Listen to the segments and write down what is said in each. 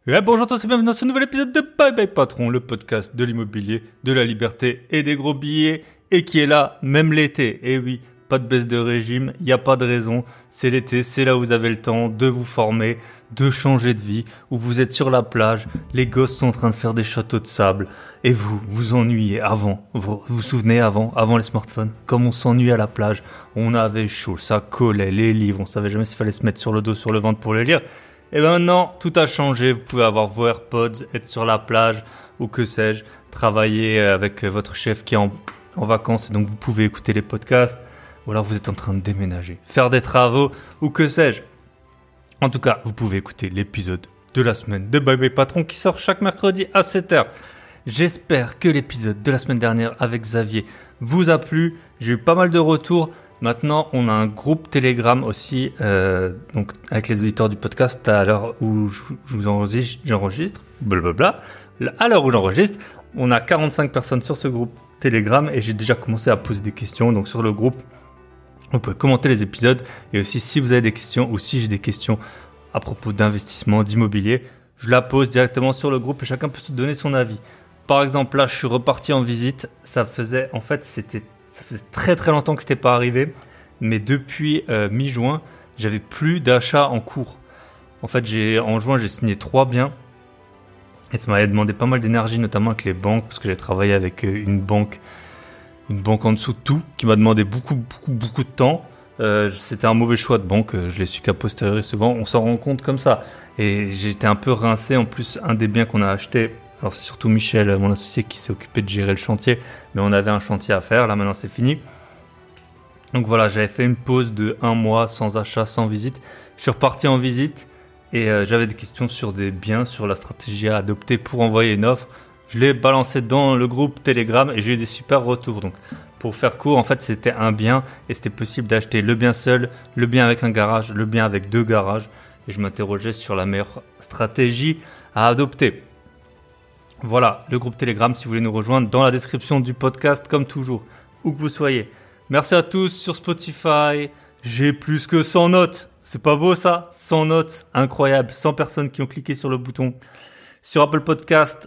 Et bonjour à tous et bienvenue dans ce nouvel épisode de Bye Bye Patron, le podcast de l'immobilier, de la liberté et des gros billets, et qui est là même l'été. Et oui, pas de baisse de régime, il n'y a pas de raison, c'est l'été, c'est là où vous avez le temps de vous former, de changer de vie, où vous êtes sur la plage, les gosses sont en train de faire des châteaux de sable, et vous vous ennuyez avant, vous souvenez avant les smartphones, comme on s'ennuie à la plage, on avait chaud, ça collait, les livres, on savait jamais s'il fallait se mettre sur le dos, sur le ventre pour les lire. Et bien maintenant, tout a changé. Vous pouvez avoir vos AirPods, être sur la plage ou que sais-je, travailler avec votre chef qui est en vacances et donc vous pouvez écouter les podcasts. Ou alors vous êtes en train de déménager, faire des travaux ou que sais-je. En tout cas, vous pouvez écouter l'épisode de la semaine de Bye Bye Patron qui sort chaque mercredi à 7h. J'espère que l'épisode de la semaine dernière avec Xavier vous a plu. J'ai eu pas mal de retours. Maintenant, on a un groupe Telegram aussi, donc avec les auditeurs du podcast à l'heure où je vous j'enregistre, blablabla. À l'heure où j'enregistre, on a 45 personnes sur ce groupe Telegram et j'ai déjà commencé à poser des questions. Donc sur le groupe, vous pouvez commenter les épisodes et aussi si vous avez des questions ou si j'ai des questions à propos d'investissement, d'immobilier, je la pose directement sur le groupe et chacun peut se donner son avis. Par exemple, là, je suis reparti en visite. Ça faisait très très longtemps que c'était pas arrivé, mais depuis mi-juin, j'avais plus d'achats en cours. En fait, en juin, j'ai signé 3 biens et ça m'avait demandé pas mal d'énergie, notamment avec les banques, parce que j'ai travaillé avec une banque en dessous de tout, qui m'a demandé beaucoup de temps. C'était un mauvais choix de banque, je l'ai su qu'à posteriori souvent, on s'en rend compte comme ça. Et j'étais un peu rincé, en plus, un des biens qu'on a acheté. Alors c'est surtout Michel, mon associé, qui s'est occupé de gérer le chantier. Mais on avait un chantier à faire, là maintenant c'est fini. Donc voilà, j'avais fait une pause de 1 mois sans achat, sans visite. Je suis reparti en visite et j'avais des questions sur des biens, sur la stratégie à adopter pour envoyer une offre. Je l'ai balancé dans le groupe Telegram et j'ai eu des super retours. Donc pour faire court, en fait c'était un bien et c'était possible d'acheter le bien seul, le bien avec un garage, le bien avec 2 garages. Et je m'interrogeais sur la meilleure stratégie à adopter. Voilà, le groupe Telegram, si vous voulez nous rejoindre, dans la description du podcast, comme toujours, où que vous soyez. Merci à tous sur Spotify. J'ai plus que 100 notes. C'est pas beau ça ? 100 notes, incroyable. 100 personnes qui ont cliqué sur le bouton. Sur Apple Podcast,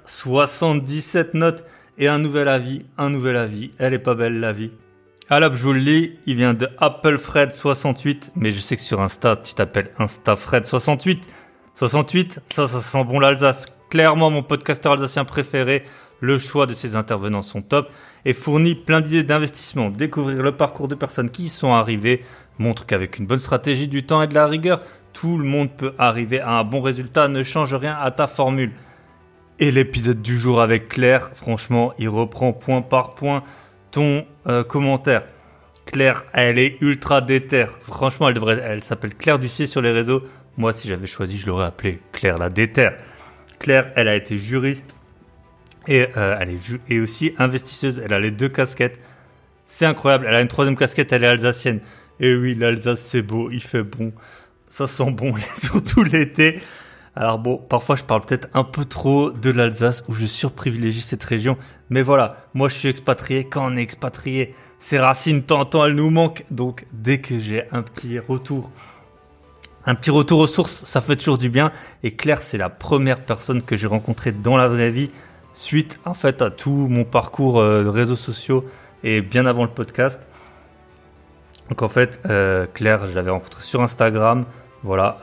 77 notes et un nouvel avis. Elle est pas belle la vie. Alors, je vous le lis, il vient de AppleFred68, mais je sais que sur Insta, tu t'appelles InstaFred68. 68, ça sent bon l'Alsace. Clairement, mon podcasteur alsacien préféré. Le choix de ses intervenants sont top et fournit plein d'idées d'investissement. Découvrir le parcours de personnes qui y sont arrivées montre qu'avec une bonne stratégie, du temps et de la rigueur, tout le monde peut arriver à un bon résultat. Ne change rien à ta formule. Et l'épisode du jour avec Claire, franchement, il reprend point par point ton commentaire. Claire, elle est ultra déter. Franchement, elle s'appelle Claire Ducier sur les réseaux. Moi, si j'avais choisi, je l'aurais appelée Claire la déter. Claire, elle a été juriste et elle est aussi investisseuse. Elle a les 2 casquettes. C'est incroyable. Elle a une 3e casquette, elle est alsacienne. Et oui, l'Alsace, c'est beau, il fait bon. Ça sent bon, surtout l'été. Alors bon, parfois je parle peut-être un peu trop de l'Alsace où je surprivilégie cette région. Mais voilà, moi je suis expatrié. Quand on est expatrié, ces racines, tant elles nous manquent. Donc dès que j'ai un petit retour aux sources, ça fait toujours du bien. Et Claire, c'est la première personne que j'ai rencontrée dans la vraie vie suite en fait à tout mon parcours de réseaux sociaux et bien avant le podcast. Donc en fait, Claire, je l'avais rencontrée sur Instagram. Voilà,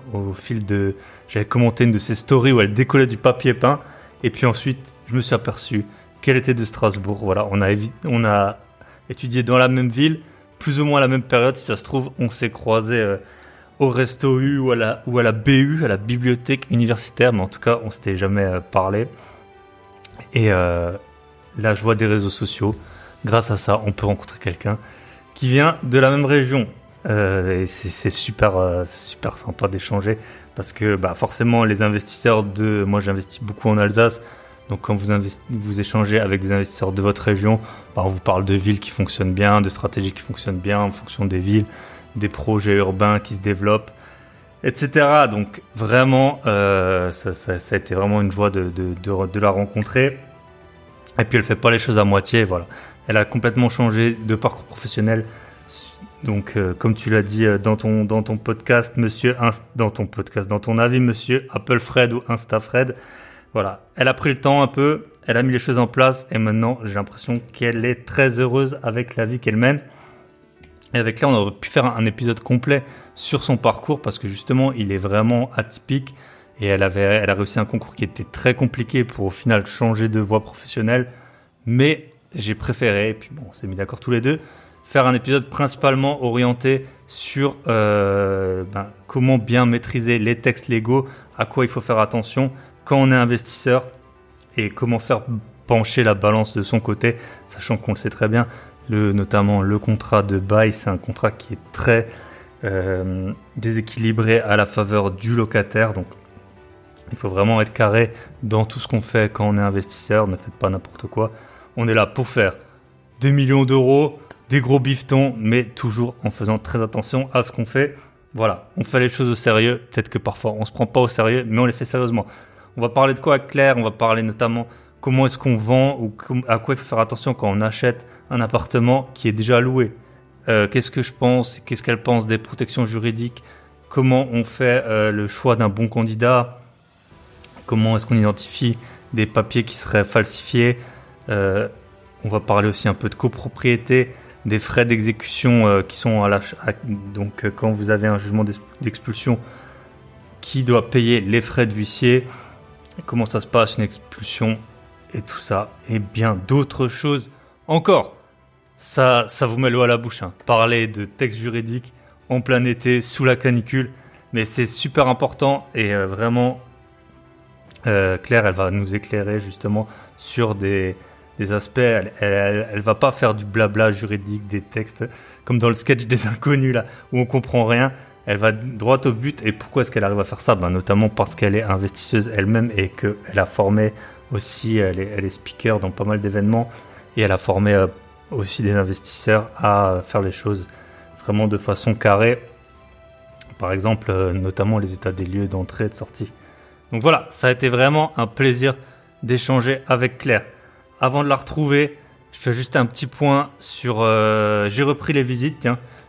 j'avais commenté une de ses stories où elle décollait du papier peint. Et puis ensuite, je me suis aperçu qu'elle était de Strasbourg. Voilà, on a étudié dans la même ville, plus ou moins à la même période. Si ça se trouve, on s'est croisés au Resto U ou à la BU, à la bibliothèque universitaire, mais en tout cas, on s'était jamais parlé. Et la joie des réseaux sociaux, grâce à ça, on peut rencontrer quelqu'un qui vient de la même région. Et c'est super sympa d'échanger parce que forcément, les investisseurs moi j'investis beaucoup en Alsace. Donc quand vous échangez avec des investisseurs de votre région, on vous parle de villes qui fonctionnent bien, de stratégies qui fonctionnent bien en fonction des villes, des projets urbains qui se développent, etc. Donc vraiment, ça a été vraiment une joie de la rencontrer. Et puis elle fait pas les choses à moitié, voilà. Elle a complètement changé de parcours professionnel Donc, comme tu l'as dit dans ton podcast, dans ton avis, monsieur Apple Fred ou Insta Fred, voilà. Elle a pris le temps un peu, elle a mis les choses en place et maintenant, j'ai l'impression qu'elle est très heureuse avec la vie qu'elle mène. Et avec là, on aurait pu faire un épisode complet sur son parcours parce que justement, il est vraiment atypique et elle a réussi un concours qui était très compliqué pour au final changer de voie professionnelle. Mais j'ai préféré, et puis bon, on s'est mis d'accord tous les deux, faire un épisode principalement orienté sur comment bien maîtriser les textes légaux, à quoi il faut faire attention quand on est investisseur et comment faire pencher la balance de son côté, sachant qu'on le sait très bien, notamment le contrat de bail, c'est un contrat qui est très déséquilibré à la faveur du locataire. Donc, il faut vraiment être carré dans tout ce qu'on fait quand on est investisseur. Ne faites pas n'importe quoi. On est là pour faire 2 millions d'euros, des gros bifetons, mais toujours en faisant très attention à ce qu'on fait. Voilà, on fait les choses au sérieux. Peut-être que parfois, on ne se prend pas au sérieux, mais on les fait sérieusement. On va parler de quoi avec Claire? On va parler notamment comment est-ce qu'on vend ou à quoi il faut faire attention quand on achète un appartement qui est déjà loué. Qu'est-ce que je pense? Qu'est-ce qu'elle pense des protections juridiques? Comment on fait le choix d'un bon candidat? Comment est-ce qu'on identifie des papiers qui seraient falsifiés? On va parler aussi un peu de copropriété, des frais d'exécution qui sont donc quand vous avez un jugement d'expulsion, qui doit payer les frais d'huissier? Comment ça se passe une expulsion? Et tout ça, et bien d'autres choses encore. Ça vous met l'eau à la bouche. Parler de textes juridiques en plein été, sous la canicule. Mais c'est super important et vraiment, Claire, elle va nous éclairer justement sur des aspects. Elle va pas faire du blabla juridique, des textes comme dans le sketch des inconnus là, où on comprend rien. Elle va droit au but. Et pourquoi est-ce qu'elle arrive à faire ça? Notamment parce qu'elle est investisseuse elle-même et qu'elle a formé aussi, elle est speaker dans pas mal d'événements et elle a formé aussi des investisseurs à faire les choses vraiment de façon carrée. Par exemple, notamment les états des lieux d'entrée et de sortie. Donc voilà, ça a été vraiment un plaisir d'échanger avec Claire. Avant de la retrouver, je fais juste un petit point sur... j'ai repris les visites,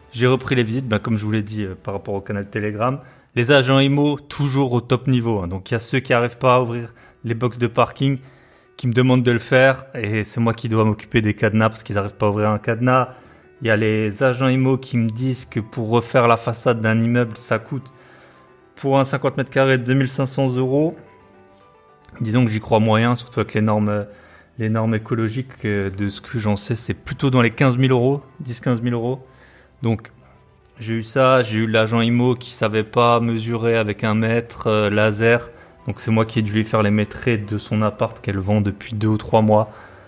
comme je vous l'ai dit par rapport au canal Telegram. Les agents IMO, toujours au top niveau. Donc il y a ceux qui n'arrivent pas à ouvrir les box de parking, qui me demandent de le faire. Et c'est moi qui dois m'occuper des cadenas parce qu'ils n'arrivent pas à ouvrir un cadenas. Il y a les agents IMO qui me disent que pour refaire la façade d'un immeuble, ça coûte pour un 50 mètres carrés 2500 €. Disons que j'y crois moyen, surtout avec les normes écologiques. De ce que j'en sais, c'est plutôt dans les 15 000 €, 10-15 000 €. Donc, j'ai eu ça, j'ai eu l'agent IMO qui savait pas mesurer avec un mètre laser. Donc, c'est moi qui ai dû lui faire les mètres de son appart qu'elle vend depuis 2 ou 3 mois.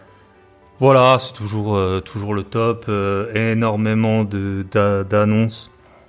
Voilà, c'est toujours le top. Énormément d'annonces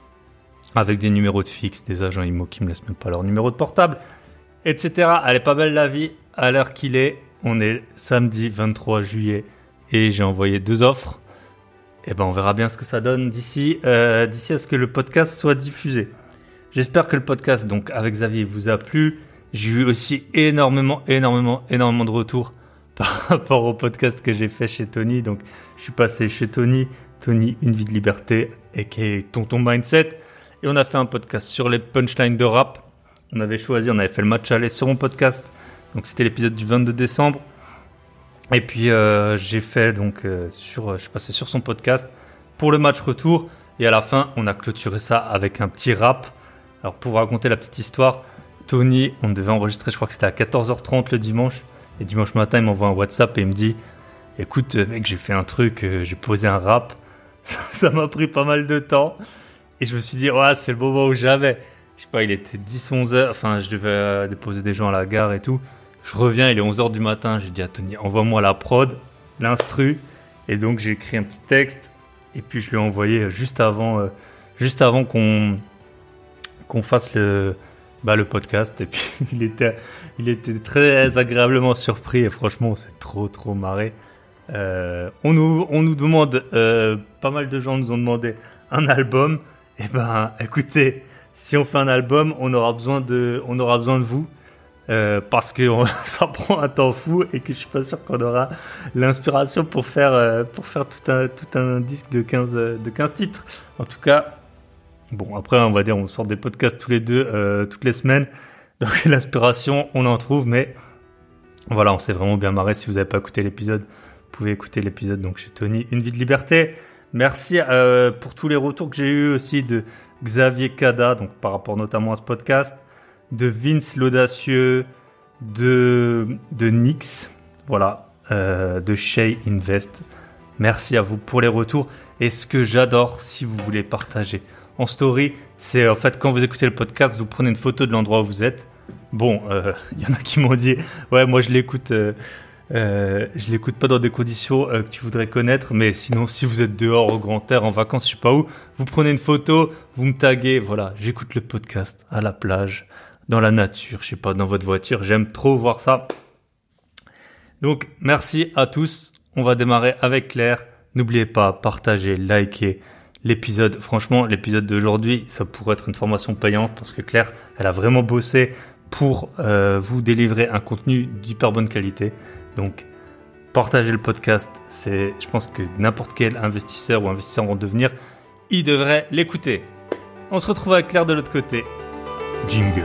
avec des numéros de fixe, des agents IMO qui me laissent même pas leur numéro de portable, etc. Elle est pas belle la vie à l'heure qu'il est. On est samedi 23 juillet et j'ai envoyé 2 offres. Et on verra bien ce que ça donne d'ici à ce que le podcast soit diffusé. J'espère que le podcast donc avec Xavier vous a plu. J'ai eu aussi énormément de retours par rapport au podcast que j'ai fait chez Tony. Donc je suis passé chez Tony, Une vie de liberté aka Tonton Mindset, et on a fait un podcast sur les punchlines de rap. On avait fait le match aller sur mon podcast. Donc c'était l'épisode du 22 décembre. Et puis j'ai fait je suis passé sur son podcast pour le match retour. Et à la fin, on a clôturé ça avec un petit rap. Alors pour vous raconter la petite histoire, Tony, on devait enregistrer, je crois que c'était à 14h30 le dimanche. Et dimanche matin, il m'envoie un WhatsApp et il me dit: écoute mec, j'ai fait un truc, j'ai posé un rap. Ça m'a pris pas mal de temps. Et je me suis dit, ouais, c'est le moment où j'avais. Je sais pas, il était 10-11 heures. Enfin, je devais déposer des gens à la gare et tout. Je reviens, il est 11h du matin. J'ai dit à Tony, envoie-moi la prod, l'instru. Et donc, j'ai écrit un petit texte. Et puis, je lui ai envoyé juste avant qu'on fasse le podcast. Et puis, il était très agréablement surpris. Et franchement, on s'est trop marré. On nous demande, pas mal de gens nous ont demandé un album. Et écoutez, si on fait un album, on aura besoin de vous. parce que ça prend un temps fou et que je suis pas sûr qu'on aura l'inspiration pour faire tout un disque de 15 titres. En tout cas, bon, après, on va dire, on sort des podcasts tous les deux, toutes les semaines. Donc, l'inspiration, on en trouve, mais voilà, on s'est vraiment bien marré. Si vous n'avez pas écouté l'épisode, vous pouvez écouter l'épisode donc chez Tony, Une vie de liberté. Merci pour tous les retours que j'ai eu aussi de Xavier Cada, donc par rapport notamment à ce podcast, de Vince l'Audacieux, de Nix, voilà, de Shay Invest. Merci à vous pour les retours. Et ce que j'adore, si vous voulez partager en story, c'est en fait quand vous écoutez le podcast, vous prenez une photo de l'endroit où vous êtes. Bon, y en a qui m'ont dit, ouais, moi je l'écoute pas dans des conditions que tu voudrais connaître, mais sinon, si vous êtes dehors au grand air, en vacances, je sais pas où, vous prenez une photo, vous me taguez, voilà, j'écoute le podcast à la plage, dans la nature, je sais pas, dans votre voiture, j'aime trop voir ça. Donc, merci à tous. On va démarrer avec Claire. N'oubliez pas, partagez, likez l'épisode. Franchement, l'épisode d'aujourd'hui, ça pourrait être une formation payante parce que Claire, elle a vraiment bossé pour vous délivrer un contenu d'hyper bonne qualité. Donc, partagez le podcast. Je pense que n'importe quel investisseur ou investisseur en devenir, il devrait l'écouter. On se retrouve avec Claire de l'autre côté. Jingle.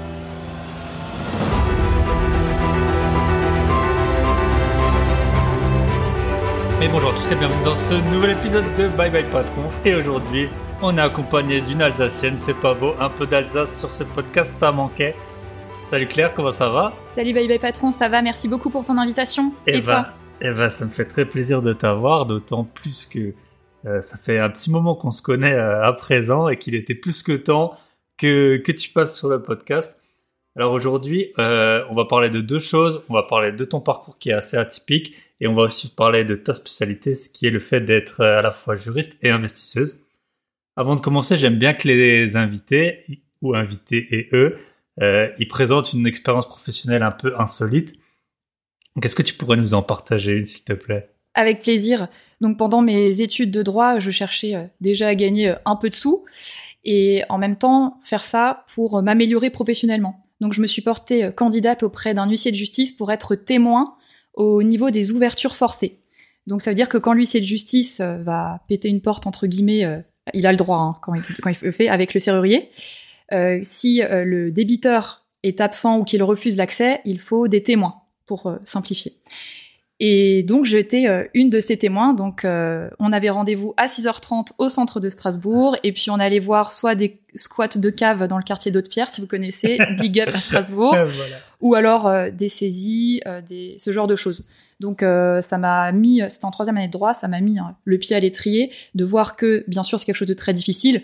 Et bonjour à tous et bienvenue dans ce nouvel épisode de Bye Bye Patron. Et aujourd'hui, on est accompagné d'une Alsacienne, c'est pas beau, un peu d'Alsace sur ce podcast, ça manquait. Salut Claire, comment ça va ? Salut Bye Bye Patron, ça va, merci beaucoup pour ton invitation. Et toi ? Ça me fait très plaisir de t'avoir, d'autant plus que ça fait un petit moment qu'on se connaît à présent et qu'il était plus que temps que tu passes sur le podcast. Alors aujourd'hui, on va parler de deux choses. On va parler de ton parcours qui est assez atypique et on va aussi parler de ta spécialité, ce qui est le fait d'être à la fois juriste et investisseuse. Avant de commencer, j'aime bien que les invités ou invités et eux, ils présentent une expérience professionnelle un peu insolite. Qu'est-ce que tu pourrais nous en partager une, s'il te plaît ? Avec plaisir. Donc pendant mes études de droit, je cherchais déjà à gagner un peu de sous et en même temps faire ça pour m'améliorer professionnellement. Donc je me suis portée candidate auprès d'un huissier de justice pour être témoin au niveau des ouvertures forcées. Donc ça veut dire que quand l'huissier de justice va péter une porte, entre guillemets, il a le droit hein, quand il le fait avec le serrurier. Si le débiteur est absent ou qu'il refuse l'accès, il faut des témoins pour simplifier. Et donc j'étais une de ces témoins. Donc on avait rendez-vous à 6h30 au centre de Strasbourg et puis on allait voir soit des squats de cave dans le quartier d'Haute-Pierre, si vous connaissez, big up à Strasbourg, voilà. Ou alors des saisies, ce genre de choses. Donc ça m'a mis, c'était en 3e année de droit, ça m'a mis le pied à l'étrier de voir que bien sûr c'est quelque chose de très difficile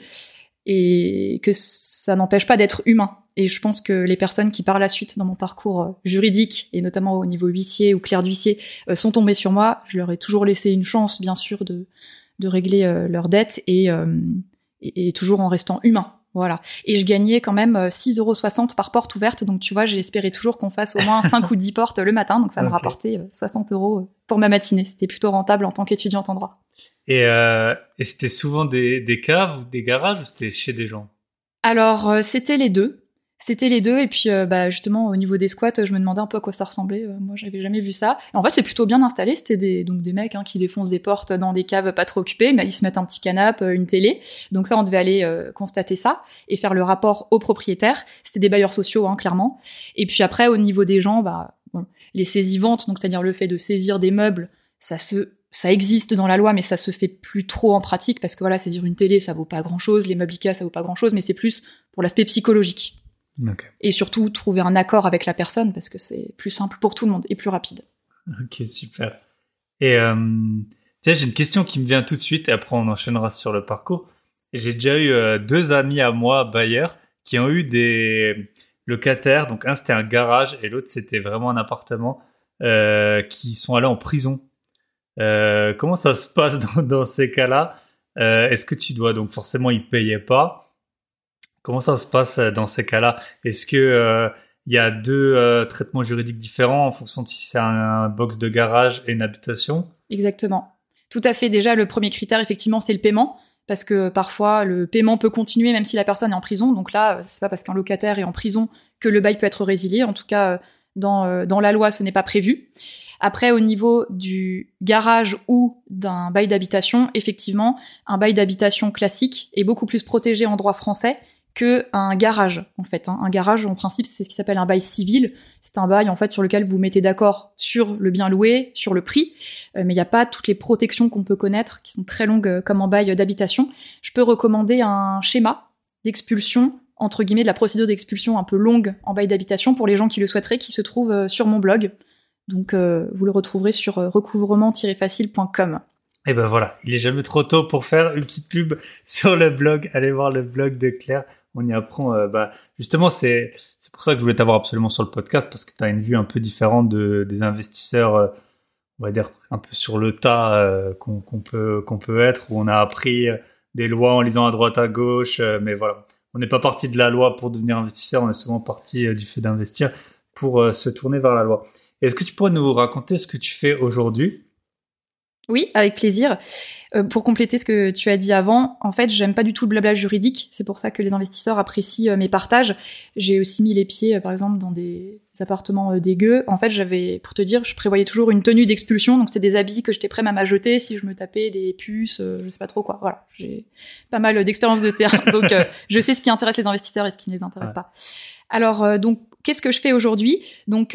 et que ça n'empêche pas d'être humain. Et je pense que les personnes qui par la suite dans mon parcours juridique et notamment au niveau huissier ou clerc d'huissier sont tombées sur moi, je leur ai toujours laissé une chance bien sûr de régler leurs dettes et toujours en restant humain. Voilà. Et je gagnais quand même 6,60 € par porte ouverte. Donc tu vois, j'espérais toujours qu'on fasse au moins 5 ou 10 portes le matin. Donc ça me rapportait 60 € pour ma matinée. C'était plutôt rentable en tant qu'étudiante en droit. Et c'était souvent des caves ou des garages ou c'était chez des gens ? Alors c'était les deux. Et puis justement au niveau des squats, je me demandais un peu à quoi ça ressemblait. Moi, j'avais jamais vu ça. Et en fait, c'est plutôt bien installé. C'était des mecs qui défoncent des portes dans des caves pas trop occupées, mais ils se mettent un petit canapé, une télé. Donc ça, on devait aller constater ça et faire le rapport aux propriétaires. C'était des bailleurs sociaux, clairement. Et puis après, au niveau des gens, les saisies-ventes, donc c'est-à-dire le fait de saisir des meubles, ça existe dans la loi, mais ça se fait plus trop en pratique parce que voilà, saisir une télé, ça vaut pas grand-chose. Les meubles Ikea, ça vaut pas grand-chose, mais c'est plus pour l'aspect psychologique. Okay. Et surtout trouver un accord avec la personne parce que c'est plus simple pour tout le monde et plus rapide. Ok, super. Et j'ai une question qui me vient tout de suite et après on enchaînera sur le parcours. J'ai déjà eu 2 amis à moi, bailleurs, qui ont eu des locataires. Donc un c'était un garage et l'autre c'était vraiment un appartement qui sont allés en prison. Comment ça se passe dans ces cas-là ? Est-ce que tu dois, donc forcément ils payaient pas. Comment ça se passe dans ces cas-là ? Est-ce que y a 2 traitements juridiques différents en fonction de si c'est un box de garage et une habitation ? Exactement. Tout à fait. Déjà, le premier critère, effectivement, c'est le paiement. parce que parfois le paiement peut continuer même si la personne est en prison. Donc là, c'est pas parce qu'un locataire est en prison que le bail peut être résilié. En tout cas, dans la loi, ce n'est pas prévu. Après, au niveau du garage ou d'un bail d'habitation, effectivement, un bail d'habitation classique est beaucoup plus protégé en droit français qu'un garage, en fait. Un garage, en principe, c'est ce qui s'appelle un bail civil. C'est un bail, en fait, sur lequel vous vous mettez d'accord sur le bien loué, sur le prix, mais il n'y a pas toutes les protections qu'on peut connaître, qui sont très longues comme en bail d'habitation. Je peux recommander un schéma d'expulsion, entre guillemets, de la procédure d'expulsion un peu longue en bail d'habitation pour les gens qui le souhaiteraient, qui se trouve sur mon blog. Donc, vous le retrouverez sur recouvrement-facile.com. Et ben voilà, il est jamais trop tôt pour faire une petite pub sur le blog. Allez voir le blog de Claire. On y apprend. Justement, c'est pour ça que je voulais t'avoir absolument sur le podcast, parce que tu as une vue un peu différente des investisseurs, on va dire un peu sur le tas qu'on peut être, où on a appris des lois en lisant à droite à gauche. Mais voilà, on n'est pas parti de la loi pour devenir investisseur. On est souvent parti du fait d'investir pour se tourner vers la loi. Est-ce que tu pourrais nous raconter ce que tu fais aujourd'hui ? Oui, avec plaisir. Pour compléter ce que tu as dit avant, en fait, j'aime pas du tout le blabla juridique. C'est pour ça que les investisseurs apprécient mes partages. J'ai aussi mis les pieds, par exemple, dans des appartements dégueux. En fait, pour te dire, je prévoyais toujours une tenue d'expulsion. Donc, c'était des habits que j'étais prêt même à jeter si je me tapais des puces, je sais pas trop quoi. Voilà, j'ai pas mal d'expérience de terrain. Donc, je sais ce qui intéresse les investisseurs et ce qui ne les intéresse pas. Alors, donc, qu'est-ce que je fais aujourd'hui ? Donc,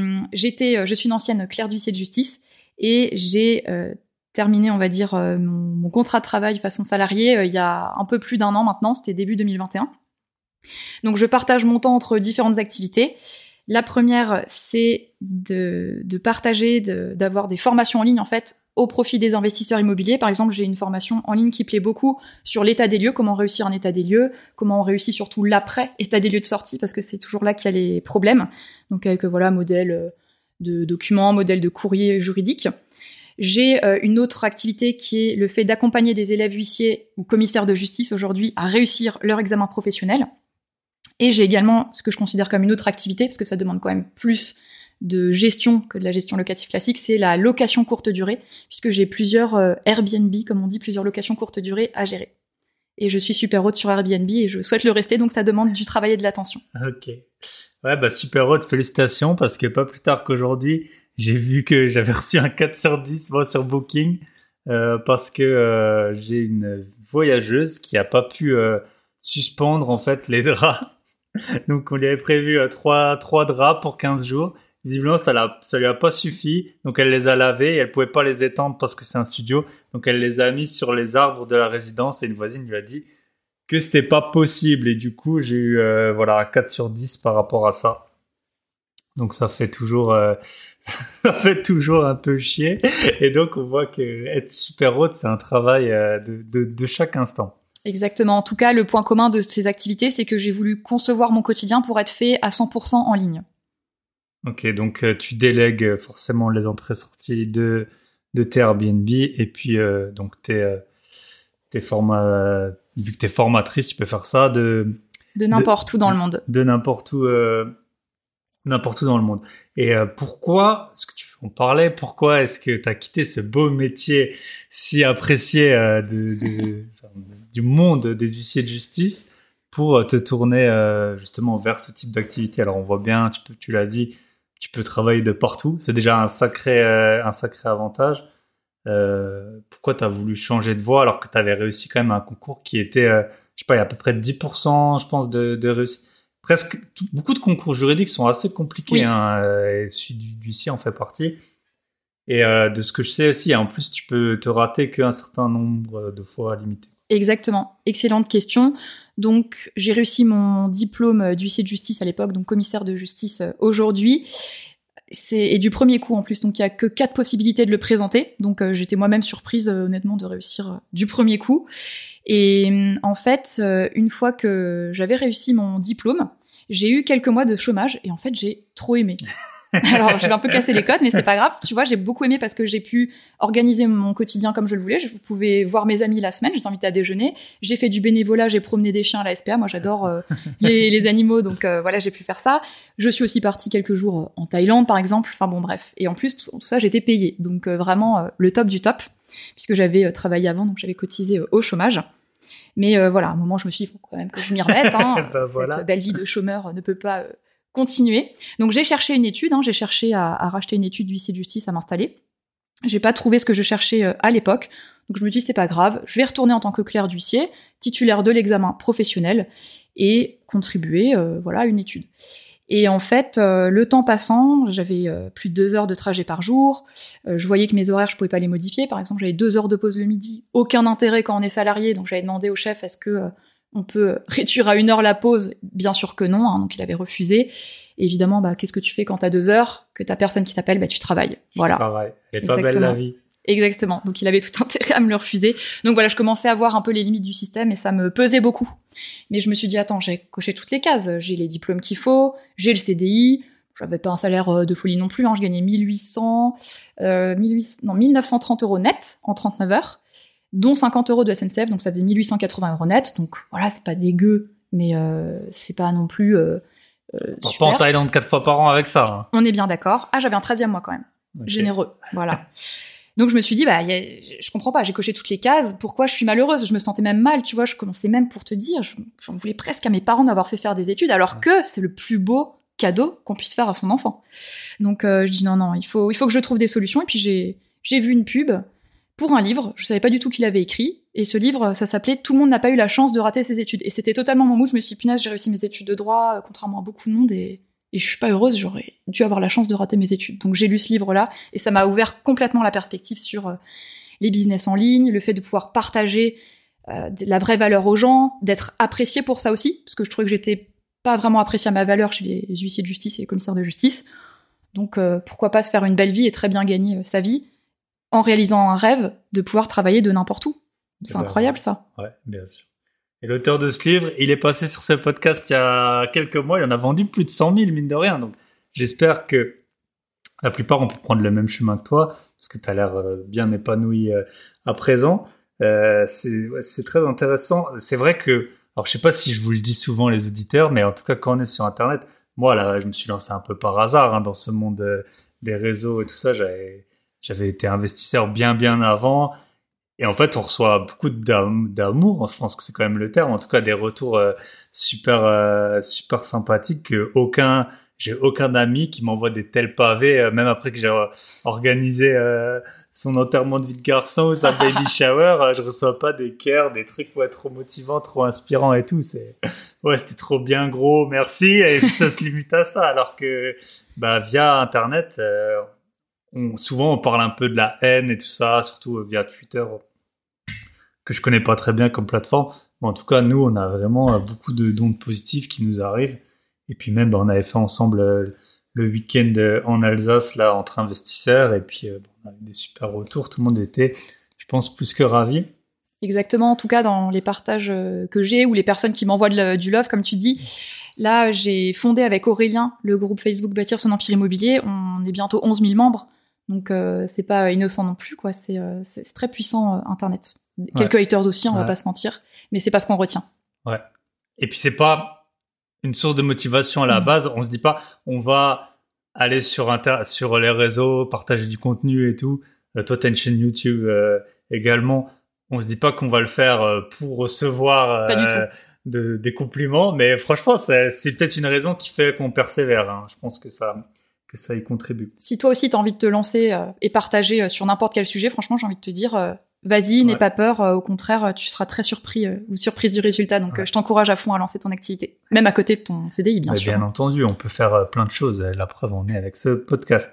je suis une ancienne clerc d'huissier de justice. Et j'ai terminé, on va dire, mon contrat de travail façon salarié il y a un peu plus d'un an maintenant, c'était début 2021. Donc je partage mon temps entre différentes activités. La première, c'est de partager, d'avoir des formations en ligne en fait au profit des investisseurs immobiliers. Par exemple, j'ai une formation en ligne qui plaît beaucoup sur l'état des lieux, comment réussir un état des lieux, comment on réussit surtout l'après état des lieux de sortie, parce que c'est toujours là qu'il y a les problèmes. Donc avec modèle de documents, modèle de courrier juridique. J'ai une autre activité qui est le fait d'accompagner des élèves huissiers ou commissaires de justice aujourd'hui à réussir leur examen professionnel. Et j'ai également ce que je considère comme une autre activité, parce que ça demande quand même plus de gestion que de la gestion locative classique, c'est la location courte durée, puisque j'ai plusieurs Airbnb, comme on dit, plusieurs locations courte durée à gérer. Et je suis super haute sur Airbnb et je souhaite le rester, donc ça demande du travail et de l'attention. Ok. Ouais, super haute, félicitations, parce que pas plus tard qu'aujourd'hui, j'ai vu que j'avais reçu un 4 sur 10 moi sur Booking, parce que j'ai une voyageuse qui a pas pu suspendre en fait les draps. Donc on lui avait prévu 3 draps pour 15 jours. Visiblement, ça lui a pas suffi. Donc elle les a lavés et elle pouvait pas les étendre parce que c'est un studio. Donc elle les a mis sur les arbres de la résidence et une voisine lui a dit que c'était pas possible. Et du coup, j'ai eu un 4 sur 10 par rapport à ça. Donc ça fait toujours un peu chier. Et donc on voit que être super haute, c'est un travail de chaque instant. Exactement. En tout cas, le point commun de ces activités, c'est que j'ai voulu concevoir mon quotidien pour être fait à 100% en ligne. Ok, donc tu délègues forcément les entrées-sorties de tes Airbnb et puis donc vu que t'es formatrice, tu peux faire ça de n'importe où dans le monde. De n'importe où dans le monde. Et pourquoi est-ce que tu as quitté ce beau métier si apprécié du monde des huissiers de justice pour te tourner justement vers ce type d'activité? Alors on voit bien, tu l'as dit, tu peux travailler de partout. C'est déjà un sacré avantage. Pourquoi tu as voulu changer de voie alors que tu avais réussi quand même un concours qui était, il y a à peu près 10%, je pense, de réussite. Beaucoup de concours juridiques sont assez compliqués, oui. Et celui d'huissier en fait partie. Et de ce que je sais aussi, en plus, tu peux te rater qu'un certain nombre de fois limité. Exactement. Excellente question. Donc, j'ai réussi mon diplôme d'huissier de justice à l'époque, donc commissaire de justice aujourd'hui. Et du premier coup en plus, donc il y a que 4 possibilités de le présenter. Donc j'étais moi-même surprise honnêtement de réussir du premier coup. Et en fait, une fois que j'avais réussi mon diplôme, j'ai eu quelques mois de chômage et en fait j'ai trop aimé. Alors je vais un peu casser les codes, mais c'est pas grave. Tu vois, j'ai beaucoup aimé parce que j'ai pu organiser mon quotidien comme je le voulais. Je pouvais voir mes amis la semaine, je les invitais à déjeuner. J'ai fait du bénévolat, j'ai promené des chiens à la SPA. Moi j'adore les animaux, donc j'ai pu faire ça. Je suis aussi partie quelques jours en Thaïlande par exemple. Enfin bon bref. Et en plus tout ça j'étais payée, donc vraiment le top du top, puisque j'avais travaillé avant, donc j'avais cotisé au chômage. Mais voilà, à un moment, je me suis dit, il faut quand même que je m'y remette. Voilà. Cette belle vie de chômeur ne peut pas continuer. Donc j'ai cherché une étude, j'ai cherché à racheter une étude d'huissier de justice à m'installer. J'ai pas trouvé ce que je cherchais à l'époque. Donc je me dis, c'est pas grave, je vais retourner en tant que clerc d'huissier, titulaire de l'examen professionnel, et contribuer à une étude. Et en fait, le temps passant, j'avais plus de 2 heures de trajet par jour. Je voyais que mes horaires, je pouvais pas les modifier. Par exemple, j'avais 2 heures de pause le midi. Aucun intérêt quand on est salarié. Donc j'avais demandé au chef, est-ce que on peut réduire à 1 heure la pause? Bien sûr que non. Donc il avait refusé. Et évidemment, qu'est-ce que tu fais quand t'as 2 heures, que t'as personne qui t'appelle? Tu travailles. Voilà. Tu travailles. Elle est pas belle la vie. Exactement. Donc il avait tout intérêt à me le refuser. Donc voilà, je commençais à voir un peu les limites du système et ça me pesait beaucoup. Mais je me suis dit, attends, j'ai coché toutes les cases. J'ai les diplômes qu'il faut, j'ai le CDI. J'avais pas un salaire de folie non plus. Je gagnais 1930 euros net en 39 heures, dont 50 euros de SNCF. Donc ça faisait 1880 euros net. Donc voilà, c'est pas dégueu, mais c'est pas non plus Pas super. en Thaïlande 4 fois par an avec ça. On est bien d'accord. J'avais un 13e mois quand même. Okay. Généreux. Voilà. Donc je me suis dit, je comprends pas, j'ai coché toutes les cases, pourquoi je suis malheureuse? Je me sentais même mal, tu vois, je commençais même pour te dire, j'en voulais presque à mes parents d'avoir fait faire des études, alors que c'est le plus beau cadeau qu'on puisse faire à son enfant. Donc je dis non, il faut que je trouve des solutions, et puis j'ai vu une pub pour un livre, je savais pas du tout qui l'avait écrit, et ce livre, ça s'appelait « Tout le monde n'a pas eu la chance de rater ses études ». Et c'était totalement mon mood, je me suis dit, punaise, j'ai réussi mes études de droit, contrairement à beaucoup de monde, et je suis pas heureuse, j'aurais dû avoir la chance de rater mes études. Donc j'ai lu ce livre-là, et ça m'a ouvert complètement la perspective sur les business en ligne, le fait de pouvoir partager la vraie valeur aux gens, d'être appréciée pour ça aussi, parce que je trouvais que j'étais pas vraiment appréciée à ma valeur chez les huissiers de justice et les commissaires de justice. Donc pourquoi pas se faire une belle vie et très bien gagner sa vie en réalisant un rêve de pouvoir travailler de n'importe où. C'est incroyable ça. Ouais, bien sûr. Et l'auteur de ce livre, il est passé sur ce podcast il y a quelques mois, il en a vendu plus de 100 000, mine de rien. Donc, j'espère que la plupart, on peut prendre le même chemin que toi, parce que tu as l'air bien épanoui à présent. C'est très intéressant. C'est vrai que, alors je sais pas si je vous le dis souvent les auditeurs, mais en tout cas, quand on est sur Internet, moi, là, je me suis lancé un peu par hasard dans ce monde des réseaux et tout ça. J'avais été investisseur bien avant. Et en fait, on reçoit beaucoup d'amour. Je pense que c'est quand même le terme. En tout cas, des retours super sympathiques que j'ai aucun ami qui m'envoie des tels pavés, même après que j'ai organisé son enterrement de vie de garçon ou sa baby shower, je reçois pas des cœurs, des trucs trop motivants, trop inspirants et tout. C'était trop bien gros, merci. Et puis ça se limite à ça. Alors que via Internet, souvent on parle un peu de la haine et tout ça, surtout via Twitter, que je connais pas très bien comme plateforme. Mais en tout cas, nous, on a vraiment beaucoup d'ondes positives qui nous arrivent. Et puis même, on avait fait ensemble le week-end en Alsace, là, entre investisseurs. Et puis, on a eu des super retours. Tout le monde était, je pense, plus que ravi. Exactement. En tout cas, dans les partages que j'ai, ou les personnes qui m'envoient du love, comme tu dis, là, j'ai fondé avec Aurélien le groupe Facebook Bâtir son empire immobilier. On est bientôt 11 000 membres. Donc, c'est pas innocent non plus, quoi. C'est très puissant, Internet. Quelques haters aussi, on va pas se mentir, mais c'est pas ce qu'on retient. Ouais. Et puis c'est pas une source de motivation à la base. On se dit pas, on va aller sur les réseaux, partager du contenu et tout. Toi, t'as une chaîne YouTube également. On se dit pas qu'on va le faire pour recevoir des compliments, mais franchement, c'est peut-être une raison qui fait qu'on persévère. Je pense que ça y contribue. Si toi aussi t'as envie de te lancer et partager sur n'importe quel sujet, franchement, j'ai envie de te dire. Vas-y, n'aie pas peur. Au contraire, tu seras très surpris ou surprise du résultat. Donc, je t'encourage à fond à lancer ton activité. Même à côté de ton CDI, bien sûr. Bien entendu, on peut faire plein de choses. La preuve, on est avec ce podcast.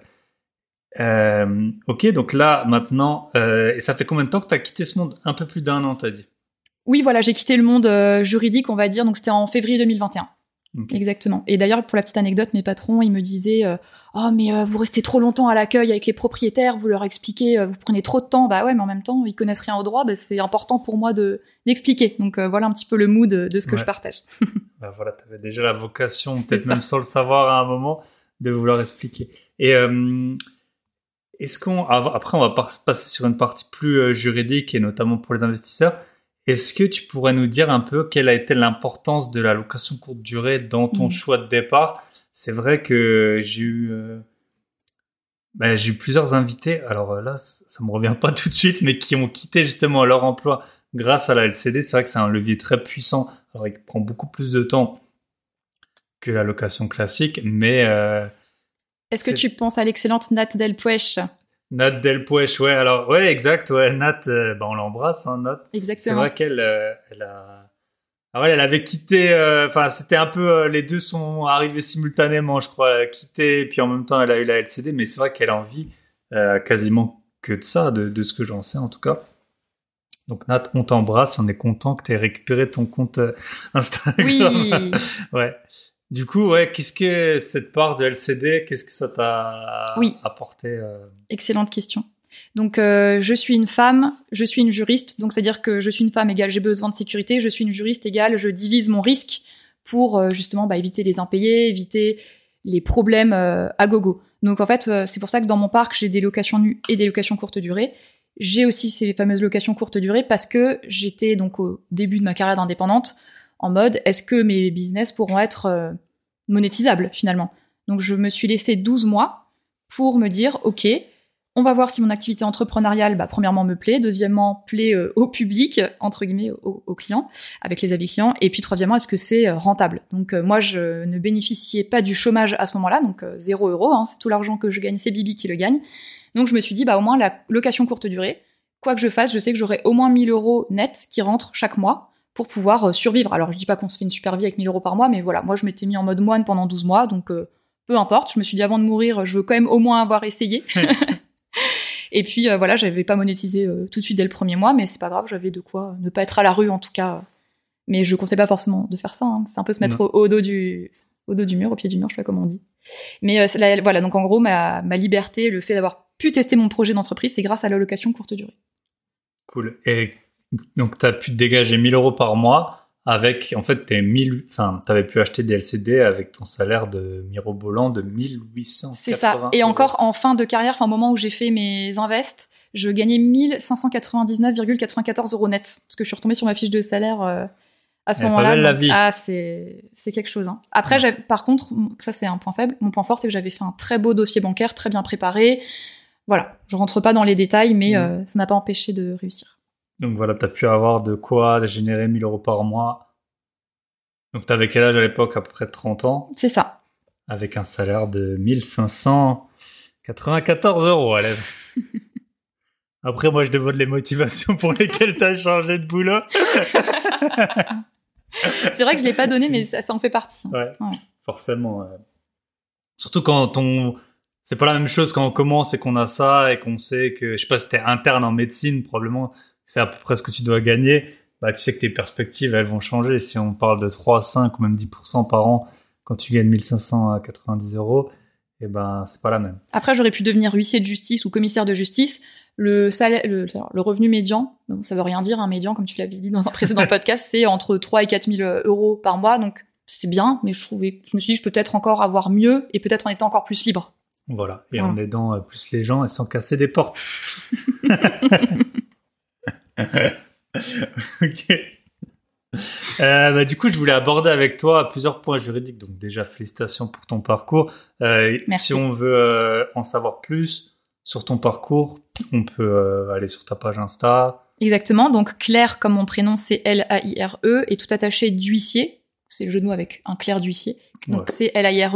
Ok, donc là, maintenant, et ça fait combien de temps que tu as quitté ce monde? Un peu plus d'1 an, t'as dit? Oui, voilà, j'ai quitté le monde juridique, on va dire. Donc, c'était en février 2021. Okay. Exactement. Et d'ailleurs, pour la petite anecdote, mes patrons, ils me disaient oh, mais vous restez trop longtemps à l'accueil avec les propriétaires, vous leur expliquez, vous prenez trop de temps. Bah ouais, mais en même temps, ils connaissent rien au droit, c'est important pour moi d'expliquer. Donc voilà un petit peu le mood de ce que je partage. Voilà, t'avais déjà la vocation, peut-être même sans le savoir à un moment, de vouloir expliquer. Et est-ce après, on va passer sur une partie plus juridique et notamment pour les investisseurs. Est-ce que tu pourrais nous dire un peu quelle a été l'importance de la location courte durée dans ton choix de départ? C'est vrai que j'ai eu Ben, j'ai eu plusieurs invités. Alors là, ça me revient pas tout de suite, mais qui ont quitté justement leur emploi grâce à la LCD. C'est vrai que c'est un levier très puissant. Alors, il prend beaucoup plus de temps que la location classique, mais Est-ce que tu penses à l'excellente Nat Delpuech? Nat Delpuech, ouais. Alors, ouais, exact, ouais. Nat, on l'embrasse, hein, Nat. Exactement. C'est vrai qu'elle, elle a. Ah ouais, elle avait quitté. Enfin, c'était un peu. Les deux sont arrivés simultanément, je crois. Elle a quitté, et puis en même temps, elle a eu la LCD. Mais c'est vrai qu'elle a envie quasiment que de ça, de ce que j'en sais en tout cas. Donc Nat, on t'embrasse. On est content que tu aies récupéré ton compte Instagram. Oui. Ouais. Du coup, ouais, qu'est-ce que cette part de LCD, qu'est-ce que ça t'a apporté Excellente question. Donc, je suis une femme, je suis une juriste, donc c'est-à-dire que je suis une femme égale j'ai besoin de sécurité, je suis une juriste égale je divise mon risque pour justement éviter les impayés, éviter les problèmes à gogo. Donc en fait, c'est pour ça que dans mon parc, j'ai des locations nues et des locations courte durée. J'ai aussi ces fameuses locations courte durée parce que j'étais donc au début de ma carrière d'indépendante en mode est-ce que mes business pourront être monétisables finalement. Donc je me suis laissé 12 mois pour me dire ok, on va voir si mon activité entrepreneuriale, premièrement, me plaît, deuxièmement, plaît au public, entre guillemets, aux clients, avec les avis clients, et puis troisièmement, est-ce que c'est rentable? Donc moi, je ne bénéficiais pas du chômage à ce moment-là, donc 0 €, hein, c'est tout l'argent que je gagne, c'est Bibi qui le gagne. Donc je me suis dit, au moins, la location courte durée, quoi que je fasse, je sais que j'aurai au moins 1 000 € net qui rentrent chaque mois pour pouvoir survivre. Alors je dis pas qu'on se fait une super vie avec 1 000 € par mois, mais voilà, moi je m'étais mis en mode moine pendant 12 mois, donc peu importe, je me suis dit avant de mourir, je veux quand même au moins avoir essayé. Et puis voilà, j'avais pas monétisé tout de suite dès le premier mois, mais c'est pas grave, j'avais de quoi ne pas être à la rue en tout cas. Mais je conseille pas forcément de faire ça, hein. C'est un peu se mettre au dos du mur, au pied du mur, je sais pas comment on dit. Mais voilà, donc en gros, ma liberté, le fait d'avoir pu tester mon projet d'entreprise, c'est grâce à la location courte durée. Cool. Et donc t'as pu te dégager 1 000 € par mois avec, en fait, t'avais pu acheter des LCD avec ton salaire de mirobolant de 1880. C'est ça. Et encore en fin de carrière, au moment où j'ai fait mes invests, je gagnais 1599,94 € net. Parce que je suis retombée sur ma fiche de salaire à ce moment-là. Pas belle la vie. Ah, c'est quelque chose, hein. Après, par contre, ça c'est un point faible. Mon point fort, c'est que j'avais fait un très beau dossier bancaire, très bien préparé. Voilà. Je rentre pas dans les détails, mais ça n'a pas empêché de réussir. Donc voilà, t'as pu avoir de quoi générer 1 000 € par mois. Donc t'avais quel âge à l'époque? À peu près 30 ans. C'est ça. Avec un salaire de 1594 € à l'aide. Après, moi, je demande les motivations pour lesquelles t'as changé de boulot. C'est vrai que je l'ai pas donné, mais ça en fait partie. Ouais. Forcément. Ouais. Surtout quand c'est pas la même chose quand on commence et qu'on a ça et qu'on sait que, je sais pas si t'es interne en médecine, probablement, c'est à peu près ce que tu dois gagner. Tu sais que tes perspectives, elles vont changer. Si on parle de 3, 5 ou même 10% par an, quand tu gagnes 1590 €, c'est pas la même. Après, j'aurais pu devenir huissier de justice ou commissaire de justice. Le revenu médian, ça veut rien dire, un médian, comme tu l'avais dit dans un précédent podcast, c'est entre 3 et 4 000 € par mois. Donc, c'est bien, mais je me suis dit, je peux peut-être encore avoir mieux et peut-être en étant encore plus libre. Voilà. Et en aidant plus les gens et sans casser des portes. Ok. Du coup, je voulais aborder avec toi plusieurs points juridiques. Donc déjà, félicitations pour ton parcours. Merci. Si on veut en savoir plus sur ton parcours, on peut aller sur ta page Insta. Exactement. Donc Claire, comme mon prénom, c'est Laire, et tout attaché d'huissier. C'est le jeu de mots avec un Claire d'huissier. Donc c'est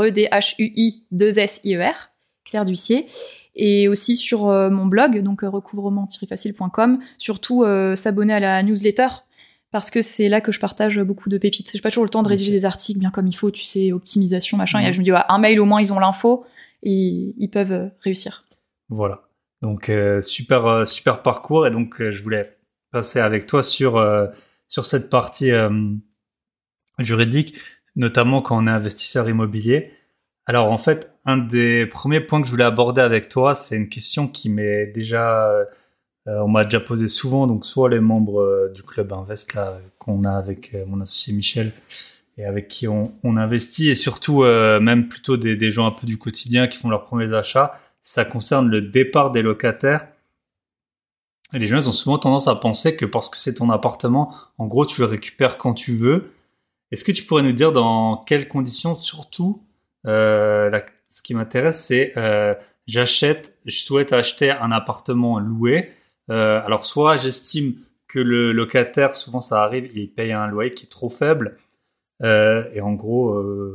LAIRE Claire d'huissier. Et aussi sur mon blog, donc recouvrement-facile.com, surtout s'abonner à la newsletter, parce que c'est là que je partage beaucoup de pépites. J'ai pas toujours le temps de rédiger des articles bien comme il faut, tu sais, optimisation, machin, et je me dis, un mail au moins, ils ont l'info, et ils peuvent réussir. Voilà. Donc, super parcours, et donc je voulais passer avec toi sur cette partie juridique, notamment quand on est investisseur immobilier. Alors en fait, un des premiers points que je voulais aborder avec toi, c'est une question qui m'est déjà, on m'a déjà posé souvent, donc soit les membres du club Invest là qu'on a avec mon associé Michel et avec qui on investit, et surtout même plutôt des gens un peu du quotidien qui font leurs premiers achats. Ça concerne le départ des locataires. Et les gens, ils ont souvent tendance à penser que parce que c'est ton appartement, en gros, tu le récupères quand tu veux. Est-ce que tu pourrais nous dire dans quelles conditions, surtout, ce qui m'intéresse, c'est je souhaite acheter un appartement loué. Alors soit j'estime que le locataire, souvent ça arrive, il paye un loyer qui est trop faible. Et en gros,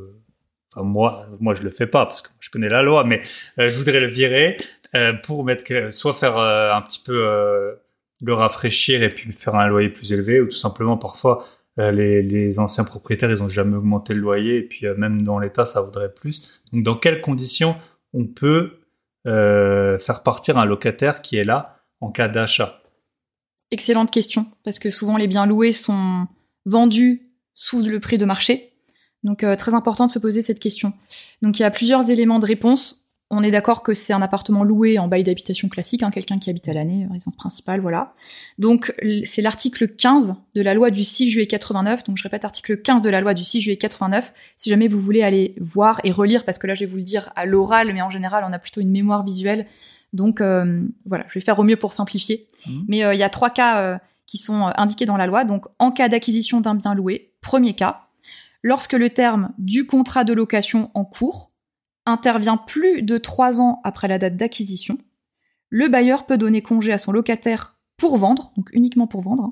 moi je le fais pas parce que je connais la loi, mais je voudrais le virer pour soit faire un petit peu le rafraîchir et puis faire un loyer plus élevé, ou tout simplement parfois les anciens propriétaires ils ont jamais augmenté le loyer et puis même dans l'état ça vaudrait plus. Donc dans quelles conditions on peut faire partir un locataire qui est là en cas d'achat? Excellente question, parce que souvent les biens loués sont vendus sous le prix de marché. Donc très important de se poser cette question. Donc il y a plusieurs éléments de réponse. On est d'accord que c'est un appartement loué en bail d'habitation classique, quelqu'un qui habite à l'année, résidence principale, voilà. Donc c'est l'article 15 de la loi du 6 juillet 89. Donc je répète, article 15 de la loi du 6 juillet 89. Si jamais vous voulez aller voir et relire, parce que là je vais vous le dire à l'oral, mais en général on a plutôt une mémoire visuelle. Donc voilà, je vais faire au mieux pour simplifier. Mais il y a 3 cas qui sont indiqués dans la loi. Donc en cas d'acquisition d'un bien loué, premier cas, lorsque le terme du contrat de location en cours intervient plus de 3 ans après la date d'acquisition, le bailleur peut donner congé à son locataire pour vendre, donc uniquement pour vendre,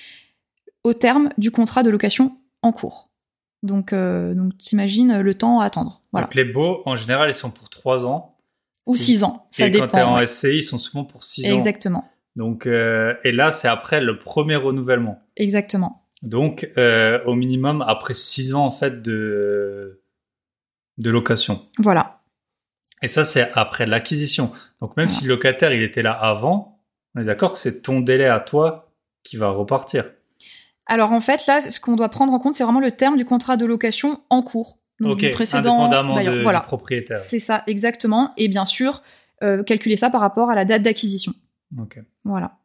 au terme du contrat de location en cours. Donc t'imagines le temps à attendre. Voilà. Donc les baux, en général, ils sont pour 3 ans. Ou 6 ans, ça dépend. Et quand t'es en SCI, ils sont souvent pour 6 ans. Exactement. Donc, et là, c'est après le premier renouvellement. Exactement. Donc, au minimum, après 6 ans, en fait, de location. Voilà. Et ça, c'est après l'acquisition. Donc, même si le locataire, il était là avant, on est d'accord que c'est ton délai à toi qui va repartir. Alors, en fait, là, ce qu'on doit prendre en compte, c'est vraiment le terme du contrat de location en cours. Donc, du précédent indépendamment du propriétaire. C'est ça, exactement. Et bien sûr, calculer ça par rapport à la date d'acquisition. Ok. Voilà.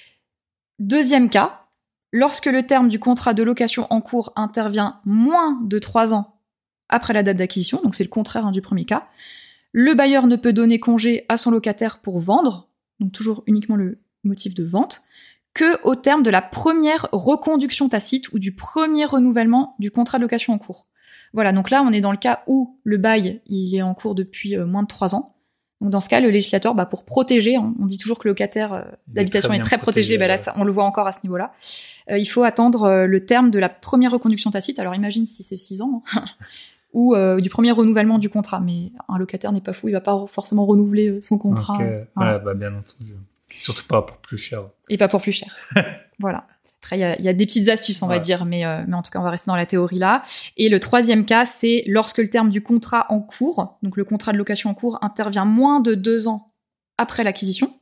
Deuxième cas, lorsque le terme du contrat de location en cours intervient moins de 3 ans après la date d'acquisition, donc c'est le contraire du premier cas, le bailleur ne peut donner congé à son locataire pour vendre, donc toujours uniquement le motif de vente, que au terme de la première reconduction tacite ou du premier renouvellement du contrat de location en cours. Voilà, donc là, on est dans le cas où le bail, il est en cours depuis moins de 3 ans. Donc dans ce cas, le législateur, pour protéger, on dit toujours que le locataire d'habitation est très protégé, là, on le voit encore à ce niveau-là. Il faut attendre le terme de la première reconduction tacite. Alors imagine si c'est 6 ans, ou du premier renouvellement du contrat. Mais un locataire n'est pas fou, il va pas forcément renouveler son contrat. Okay. Voilà. Bien entendu. Surtout pas pour plus cher. Et pas pour plus cher. Voilà. Après, il y a des petites astuces, on va dire, mais en tout cas, on va rester dans la théorie là. Et le troisième cas, c'est lorsque le terme du contrat en cours, donc le contrat de location en cours, intervient moins de 2 ans après l'acquisition.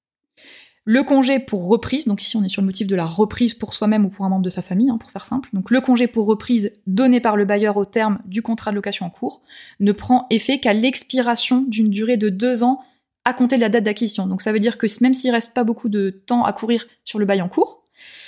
Le congé pour reprise, donc ici on est sur le motif de la reprise pour soi-même ou pour un membre de sa famille, pour faire simple. Donc le congé pour reprise donné par le bailleur au terme du contrat de location en cours ne prend effet qu'à l'expiration d'une durée de 2 ans à compter de la date d'acquisition. Donc ça veut dire que même s'il reste pas beaucoup de temps à courir sur le bail en cours,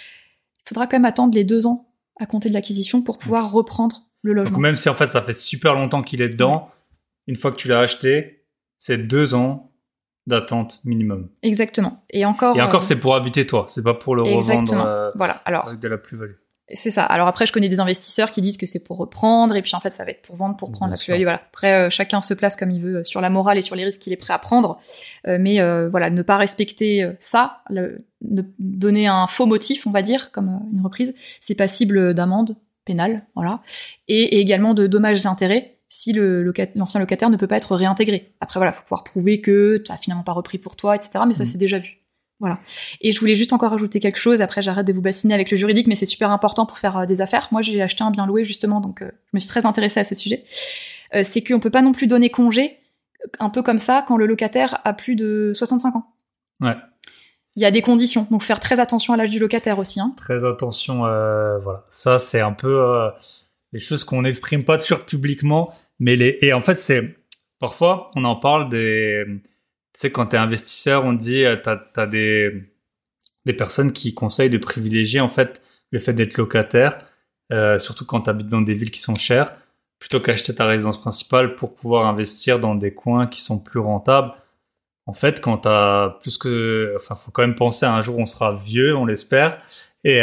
il faudra quand même attendre les 2 ans à compter de l'acquisition pour pouvoir reprendre le logement. Donc même si en fait ça fait super longtemps qu'il est dedans, une fois que tu l'as acheté, c'est 2 ans d'attente minimum. Exactement. Et encore, c'est pour habiter toi, c'est pas pour le revendre voilà. Alors, avec de la plus-value. C'est ça. Alors après, je connais des investisseurs qui disent que c'est pour reprendre, et puis en fait, ça va être pour vendre, pour prendre la plus-value. Voilà. Après, chacun se place comme il veut sur la morale et sur les risques qu'il est prêt à prendre. Mais voilà, ne pas respecter ça, ne donner un faux motif, on va dire, comme une reprise, c'est passible d'amende pénale, voilà, et également de dommages et intérêts si l'ancien locataire ne peut pas être réintégré. Après, voilà, faut pouvoir prouver que tu as finalement pas repris pour toi, etc. Mais ça, c'est déjà vu. Voilà. Et je voulais juste encore ajouter quelque chose, après j'arrête de vous bassiner avec le juridique, mais c'est super important pour faire des affaires. Moi j'ai acheté un bien loué justement, donc je me suis très intéressée à ce sujet. C'est qu'on peut pas non plus donner congé, un peu comme ça, quand le locataire a plus de 65 ans. Ouais. Il y a des conditions, donc faire très attention à l'âge du locataire aussi. Très attention, voilà. Ça c'est un peu les choses qu'on n'exprime pas toujours publiquement, mais et en fait c'est... Parfois on en parle des... Tu sais, quand t'es investisseur, on dit t'as des personnes qui conseillent de privilégier en fait le fait d'être locataire, surtout quand t'habites dans des villes qui sont chères, plutôt qu'acheter ta résidence principale pour pouvoir investir dans des coins qui sont plus rentables. En fait, quand t'as plus que... Enfin, faut quand même penser à un jour on sera vieux, on l'espère. Et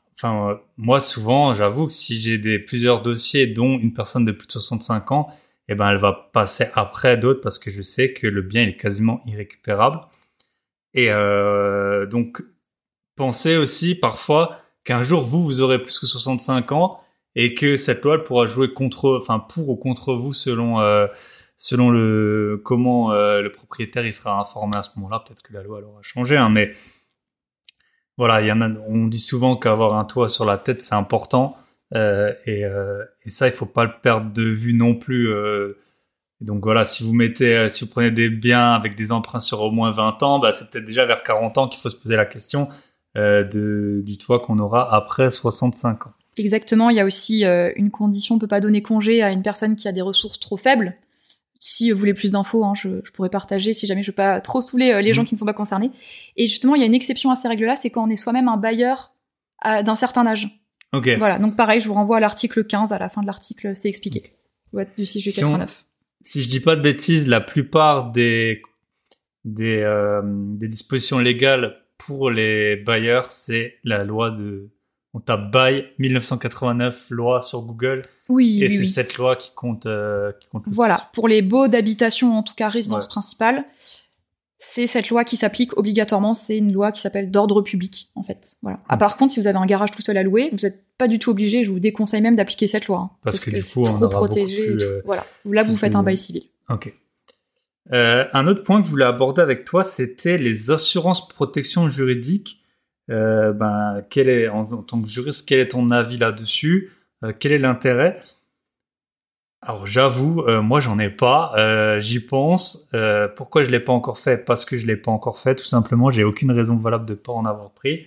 moi souvent, j'avoue que si j'ai plusieurs dossiers, dont une personne de plus de 65 ans, eh ben elle va passer après d'autres parce que je sais que le bien il est quasiment irrécupérable. Et donc pensez aussi parfois qu'un jour vous aurez plus que 65 ans et que cette loi elle pourra jouer pour ou contre vous selon comment le propriétaire il sera informé à ce moment-là. Peut-être que la loi elle aura changé, hein, mais voilà, on dit souvent qu'avoir un toit sur la tête c'est important, et ça il faut pas le perdre de vue non plus. Et donc voilà, si vous prenez des biens avec des emprunts sur au moins 20 ans, bah c'est peut-être déjà vers 40 ans qu'il faut se poser la question du toit qu'on aura après 65 ans. Exactement, il y a aussi une condition, on peut pas donner congé à une personne qui a des ressources trop faibles. Si vous voulez plus d'infos, hein, je pourrais partager si jamais je veux pas trop saouler les gens qui ne sont pas concernés. Et justement, il y a une exception à ces règles-là, c'est quand on est soi-même un bailleur d'un certain âge. Ok. Voilà, donc pareil, je vous renvoie à l'article 15, à la fin de l'article, c'est expliqué. Loi du 6 juillet 89. Si je dis pas de bêtises, la plupart des dispositions légales pour les bailleurs, c'est la loi on tape bail 1989 loi sur Google. Oui. Et c'est oui. cette loi qui compte. Voilà, pour les baux d'habitation, en tout cas résidence principale, c'est cette loi qui s'applique obligatoirement. C'est une loi qui s'appelle d'ordre public, en fait. Voilà. Par contre, si vous avez un garage tout seul à louer, vous n'êtes pas du tout obligé. Je vous déconseille même d'appliquer cette loi, hein, parce que du coup, c'est trop protégé. Voilà. Là, vous faites un bail civil. Ok. Un autre point que je voulais aborder avec toi, c'était les assurances protection juridique. En tant que juriste, quel est ton avis là-dessus? Quel est l'intérêt? Alors j'avoue, moi j'en ai pas. J'y pense. Pourquoi je l'ai pas encore fait? Parce que je l'ai pas encore fait, tout simplement. J'ai aucune raison valable de pas en avoir pris.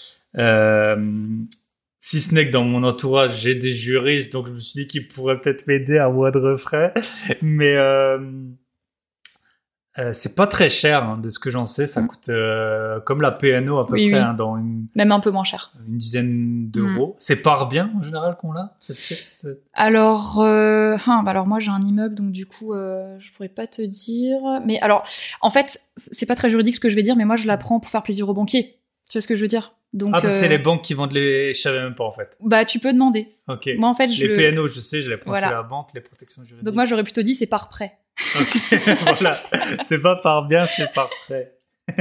Si ce n'est que dans mon entourage, j'ai des juristes, donc je me suis dit qu'ils pourraient peut-être m'aider à moindre frais. Mais c'est pas très cher, hein, de ce que j'en sais. Ça coûte comme la PNO à peu près, hein, dans même un peu moins cher. Une dizaine d'euros. C'est par bien en général qu'on l'a. Alors, moi j'ai un immeuble, donc du coup, je pourrais pas te dire. Mais alors, en fait, c'est pas très juridique ce que je vais dire, mais moi je la prends pour faire plaisir aux banquiers. Tu vois ce que je veux dire? Donc, c'est les banques qui vendent je savais même pas en fait. Bah, tu peux demander. Ok. Moi en fait, les PNO, je sais, je les prends chez la banque, les protections juridiques. Donc moi j'aurais plutôt dit c'est par prêt. Ok, voilà. C'est pas par bien, c'est par prêt.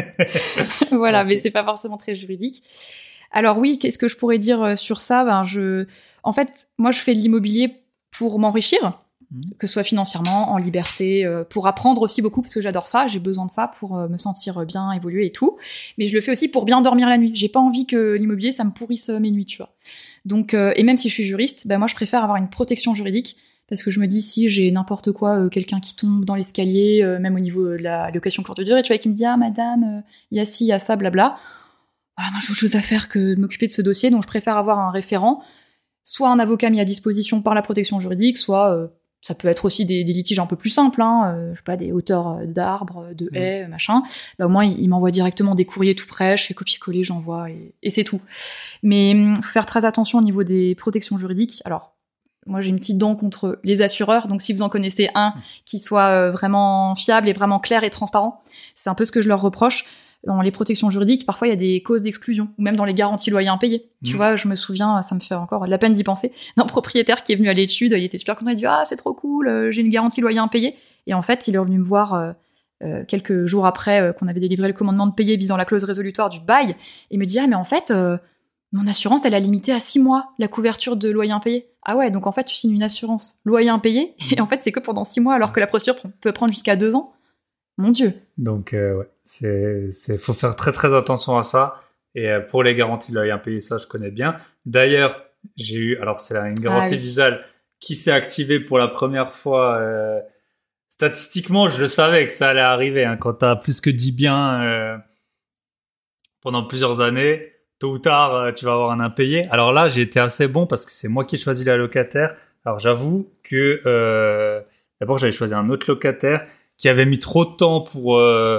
Voilà, mais c'est pas forcément très juridique. Alors oui, qu'est-ce que je pourrais dire sur ça? En fait, moi je fais de l'immobilier pour m'enrichir, que ce soit financièrement, en liberté, pour apprendre aussi beaucoup, parce que j'adore ça, j'ai besoin de ça pour me sentir bien, évoluer et tout. Mais je le fais aussi pour bien dormir la nuit. J'ai pas envie que l'immobilier, ça me pourrisse mes nuits, tu vois. Donc, et même si je suis juriste, moi je préfère avoir une protection juridique, parce que je me dis, si j'ai n'importe quoi, quelqu'un qui tombe dans l'escalier, même au niveau de la location courte durée, tu vois, qui me dit « Ah, madame, il y a ci, il y a ça, blabla », moi j'ai autre chose à faire que de m'occuper de ce dossier, donc je préfère avoir un référent, soit un avocat mis à disposition par la protection juridique, soit ça peut être aussi des litiges un peu plus simples, je sais pas, des hauteurs d'arbres, de haies, machin. Au moins, il m'envoie directement des courriers tout prêts, je fais copier-coller, j'envoie, et c'est tout. Mais faut faire très attention au niveau des protections juridiques. Alors, moi, j'ai une petite dent contre les assureurs, donc si vous en connaissez un qui soit vraiment fiable et vraiment clair et transparent, c'est un peu ce que je leur reproche. Dans les protections juridiques, parfois, il y a des causes d'exclusion, ou même dans les garanties loyers impayés. Tu vois, je me souviens, ça me fait encore de la peine d'y penser, d'un propriétaire qui est venu à l'étude, il était super content, il dit « Ah, c'est trop cool, j'ai une garantie loyer impayé ». Et en fait, il est revenu me voir quelques jours après qu'on avait délivré le commandement de payer visant la clause résolutoire du bail, et il me dit « Ah, mais en fait, mon assurance, elle a limité à 6 mois la couverture de loyer impayé ». Ah ouais, donc en fait, tu signes une assurance loyer impayé, et en fait, c'est que pendant 6 mois, alors que la procédure peut prendre jusqu'à 2 ans. Mon Dieu. Donc, faut faire très très attention à ça. Et pour les garanties de loyer impayé, ça, je connais bien. D'ailleurs, j'ai eu, alors c'est une garantie Visal qui s'est activée pour la première fois. Statistiquement, je le savais que ça allait arriver. Quand tu as plus que 10 biens pendant plusieurs années, tôt ou tard, tu vas avoir un impayé. Alors là, j'ai été assez bon parce que c'est moi qui ai choisi la locataire. Alors j'avoue que d'abord, j'avais choisi un autre locataire qui avait mis trop de temps pour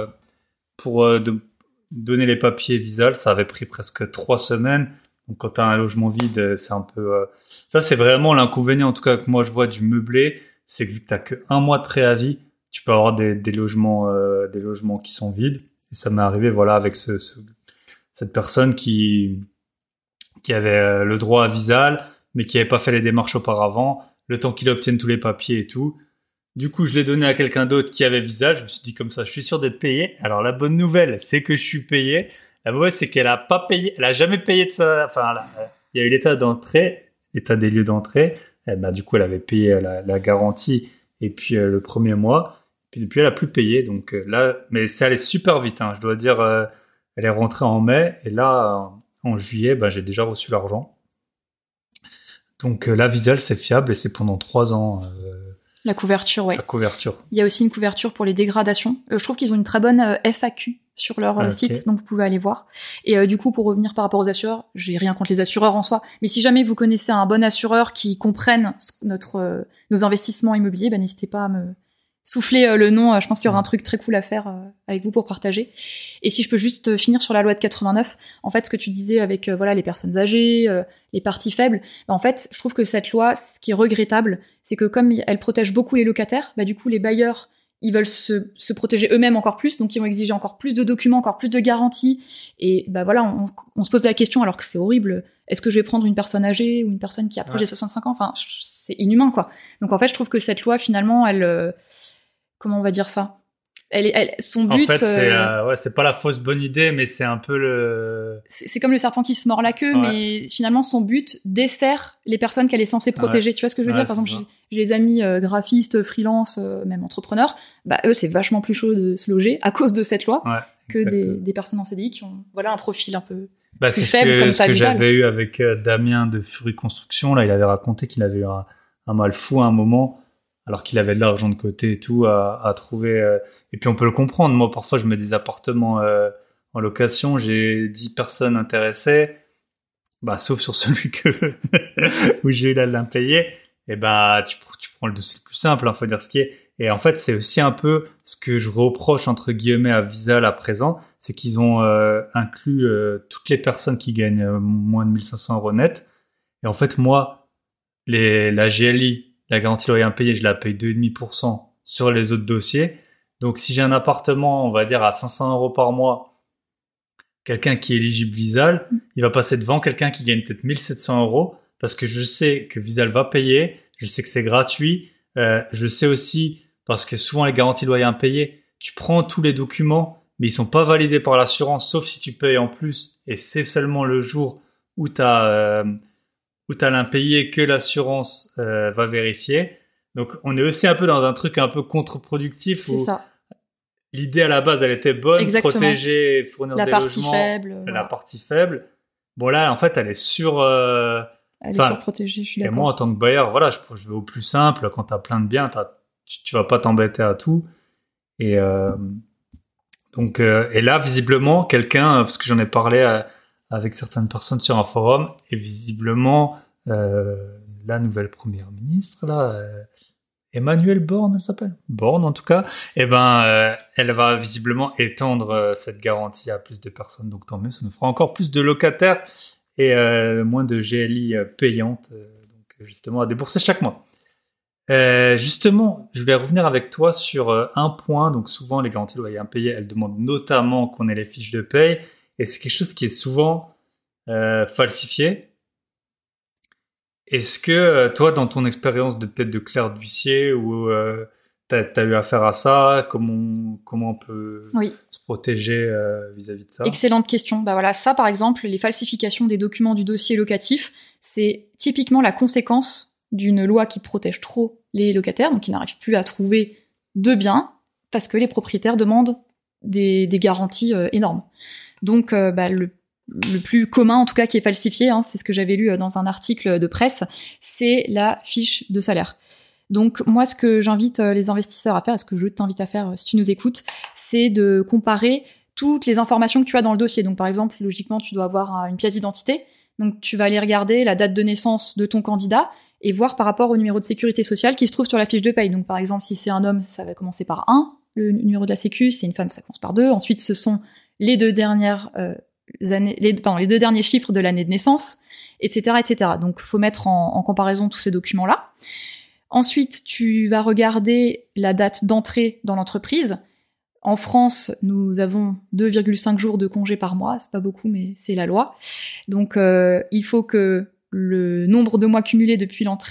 donner les papiers Visal. Ça avait pris presque 3 semaines. Donc quand tu as un logement vide, c'est un peu... Ça, c'est vraiment l'inconvénient, en tout cas, que moi je vois du meublé. C'est que vu que tu n'as que 1 mois de préavis, tu peux avoir des logements qui sont vides. Et ça m'est arrivé avec cette personne qui avait le droit à Visal, mais qui n'avait pas fait les démarches auparavant. Le temps qu'il obtienne tous les papiers et tout, Du coup, je l'ai donné à quelqu'un d'autre qui avait Visa. Je me suis dit comme ça, je suis sûr d'être payé. Alors la bonne nouvelle, c'est que je suis payé. La mauvaise, c'est qu'elle a pas payé. Elle a jamais payé de ça. Enfin, il y a eu l'état d'entrée, l'état des lieux d'entrée. Et du coup, elle avait payé la garantie et puis le premier mois. Puis depuis, elle a plus payé. Donc là, mais ça allait super vite. Hein. Je dois dire, elle est rentrée en mai et là, en juillet, j'ai déjà reçu l'argent. Donc la Visa, c'est fiable et c'est pendant 3 ans. La couverture, ouais. La couverture. Il y a aussi une couverture pour les dégradations. Je trouve qu'ils ont une très bonne FAQ sur leur site, donc vous pouvez aller voir. Et du coup, pour revenir par rapport aux assureurs, j'ai rien contre les assureurs en soi, mais si jamais vous connaissez un bon assureur qui comprenne nos investissements immobiliers, n'hésitez pas à me souffler le nom. Je pense qu'il y aura un truc très cool à faire avec vous pour partager. Et si je peux juste finir sur la loi de 89, en fait, ce que tu disais avec les personnes âgées, les parties faibles, en fait, je trouve que cette loi, ce qui est regrettable, c'est que comme elle protège beaucoup les locataires, du coup, les bailleurs, ils veulent se protéger eux-mêmes encore plus, donc ils vont exiger encore plus de documents, encore plus de garanties. Et on se pose la question, alors que c'est horrible, est-ce que je vais prendre une personne âgée ou une personne qui approche des 65 ans? Enfin, c'est inhumain, quoi. Donc en fait, je trouve que cette loi, finalement, elle... comment on va dire ça? Son but... En fait, c'est pas la fausse bonne idée, mais c'est un peu le... C'est comme le serpent qui se mord la queue, mais finalement, son but dessert les personnes qu'elle est censée protéger. Tu vois ce que je veux dire? Par exemple, j'ai des amis graphistes, freelance, même entrepreneurs. Eux, c'est vachement plus chaud de se loger à cause de cette loi que des personnes en CDI qui ont un profil un peu plus faible, comme ça. C'est ce que j'avais eu avec Damien de Fury Construction. Là, il avait raconté qu'il avait eu un mal fou à un moment, alors qu'il avait de l'argent de côté et tout à trouver. Et puis on peut le comprendre. Moi, parfois, je mets des appartements en location. J'ai 10 personnes intéressées, sauf sur celui où j'ai eu l'impayé. Et tu prends le dossier le plus simple, faut dire ce qui est. Et en fait, c'est aussi un peu ce que je reproche entre guillemets à Visa à présent, c'est qu'ils ont inclus toutes les personnes qui gagnent moins de 1500 € net. Et en fait, moi, la GLI, la garantie loyer impayé, je la paye 2,5% sur les autres dossiers. Donc, si j'ai un appartement, on va dire à 500 € par mois, quelqu'un qui est éligible Visal, il va passer devant quelqu'un qui gagne peut-être 1700 € parce que je sais que Visal va payer, je sais que c'est gratuit, je sais aussi parce que souvent les garanties loyer impayé, tu prends tous les documents, mais ils sont pas validés par l'assurance, sauf si tu payes en plus, et c'est seulement le jour où t'as l'impayé que l'assurance va vérifier. Donc on est aussi un peu dans un truc un peu contre-productif. C'est ça. L'idée à la base, elle était bonne, exactement. Protéger, fournir la des partie logements, faible, la partie faible. Bon là, en fait, elle est elle est surprotégée, je suis d'accord. Et moi, en tant que bailleur, je vais au plus simple. Quand t'as plein de biens, tu vas pas t'embêter à tout. Et donc, et là, visiblement, quelqu'un, parce que j'en ai parlé avec certaines personnes sur un forum, et visiblement, la nouvelle première ministre, là, Emmanuelle Borne, elle s'appelle Borne en tout cas, elle va visiblement étendre cette garantie à plus de personnes, donc tant mieux, ça nous fera encore plus de locataires et moins de GLI payantes, donc justement à débourser chaque mois. Justement, je voulais revenir avec toi sur un point. Donc souvent les garanties loyer impayées, elles demandent notamment qu'on ait les fiches de paye, et c'est quelque chose qui est souvent falsifié. Est-ce que toi, dans ton expérience peut-être de clerc d'huissier, où t'as eu affaire à ça, comment on peut se protéger vis-à-vis de ça? Excellente question. Ça par exemple, les falsifications des documents du dossier locatif, c'est typiquement la conséquence d'une loi qui protège trop les locataires, donc qui n'arrivent plus à trouver de biens, parce que les propriétaires demandent des garanties énormes. Donc le plus commun, en tout cas, qui est falsifié, c'est ce que j'avais lu dans un article de presse, c'est la fiche de salaire. Donc moi, ce que j'invite les investisseurs à faire, et ce que je t'invite à faire si tu nous écoutes, c'est de comparer toutes les informations que tu as dans le dossier. Donc par exemple, logiquement, tu dois avoir une pièce d'identité, donc tu vas aller regarder la date de naissance de ton candidat, et voir par rapport au numéro de sécurité sociale qui se trouve sur la fiche de paye. Donc par exemple, si c'est un homme, ça va commencer par 1, le numéro de la sécu, c'est une femme, ça commence par 2, ensuite ce sont les deux dernières... les deux derniers chiffres de l'année de naissance, etc., etc. Donc, faut mettre en comparaison tous ces documents-là. Ensuite, tu vas regarder la date d'entrée dans l'entreprise. En France, nous avons 2,5 jours de congé par mois. C'est pas beaucoup, mais c'est la loi. Donc, il faut que le nombre de mois cumulés depuis l'entrée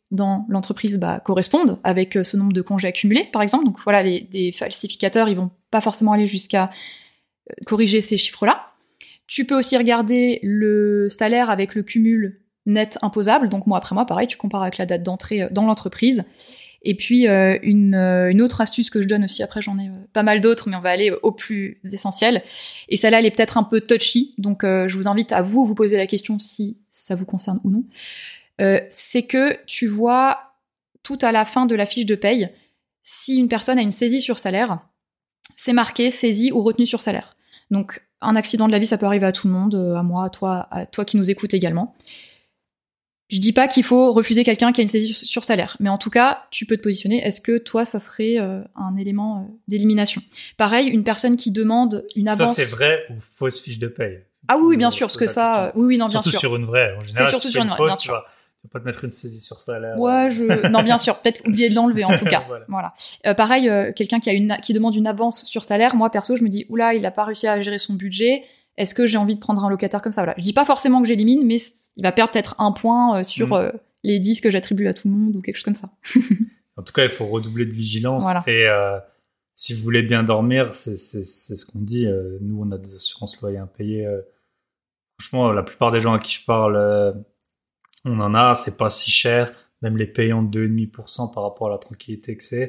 dans l'entreprise correspondent avec ce nombre de congés accumulés, par exemple. Donc voilà, des falsificateurs, ils vont pas forcément aller jusqu'à corriger ces chiffres-là. Tu peux aussi regarder le salaire avec le cumul net imposable. Donc mois après mois, pareil, tu compares avec la date d'entrée dans l'entreprise. Et puis une autre astuce que je donne aussi, après j'en ai pas mal d'autres, mais on va aller au plus essentiel. Et celle-là, elle est peut-être un peu touchy, donc je vous invite à vous poser la question si ça vous concerne ou non. C'est que tu vois tout à la fin de la fiche de paye, si une personne a une saisie sur salaire, c'est marqué saisie ou retenue sur salaire. Donc un accident de la vie, ça peut arriver à tout le monde, à moi, à toi qui nous écoutes également. Je dis pas qu'il faut refuser quelqu'un qui a une saisie sur salaire, mais en tout cas, tu peux te positionner. Est-ce que toi, ça serait un élément d'élimination? Pareil, une personne qui demande une avance. Ça, c'est vrai ou fausse fiche de paye? Ah oui, bien sûr, parce que ça, oui, non, bien sûr. Surtout sur une vraie. En général, c'est surtout sur une vraie, bien sûr. Tu vas pas te mettre une saisie sur salaire. Ouais, non, bien sûr. Peut-être oublier de l'enlever, en tout cas. Voilà. Pareil, quelqu'un qui demande une avance sur salaire. Moi, perso, je me dis, oula, il a pas réussi à gérer son budget. Est-ce que j'ai envie de prendre un locataire comme ça? Voilà. Je dis pas forcément que j'élimine, mais il va perdre peut-être un point sur les 10 que j'attribue à tout le monde ou quelque chose comme ça. En tout cas, il faut redoubler de vigilance. Voilà. Et si vous voulez bien dormir, c'est ce qu'on dit. Nous, on a des assurances loyers impayées. Franchement, la plupart des gens à qui je parle, on en a. C'est pas si cher. Même les payants de 2,5% par rapport à la tranquillité que c'est.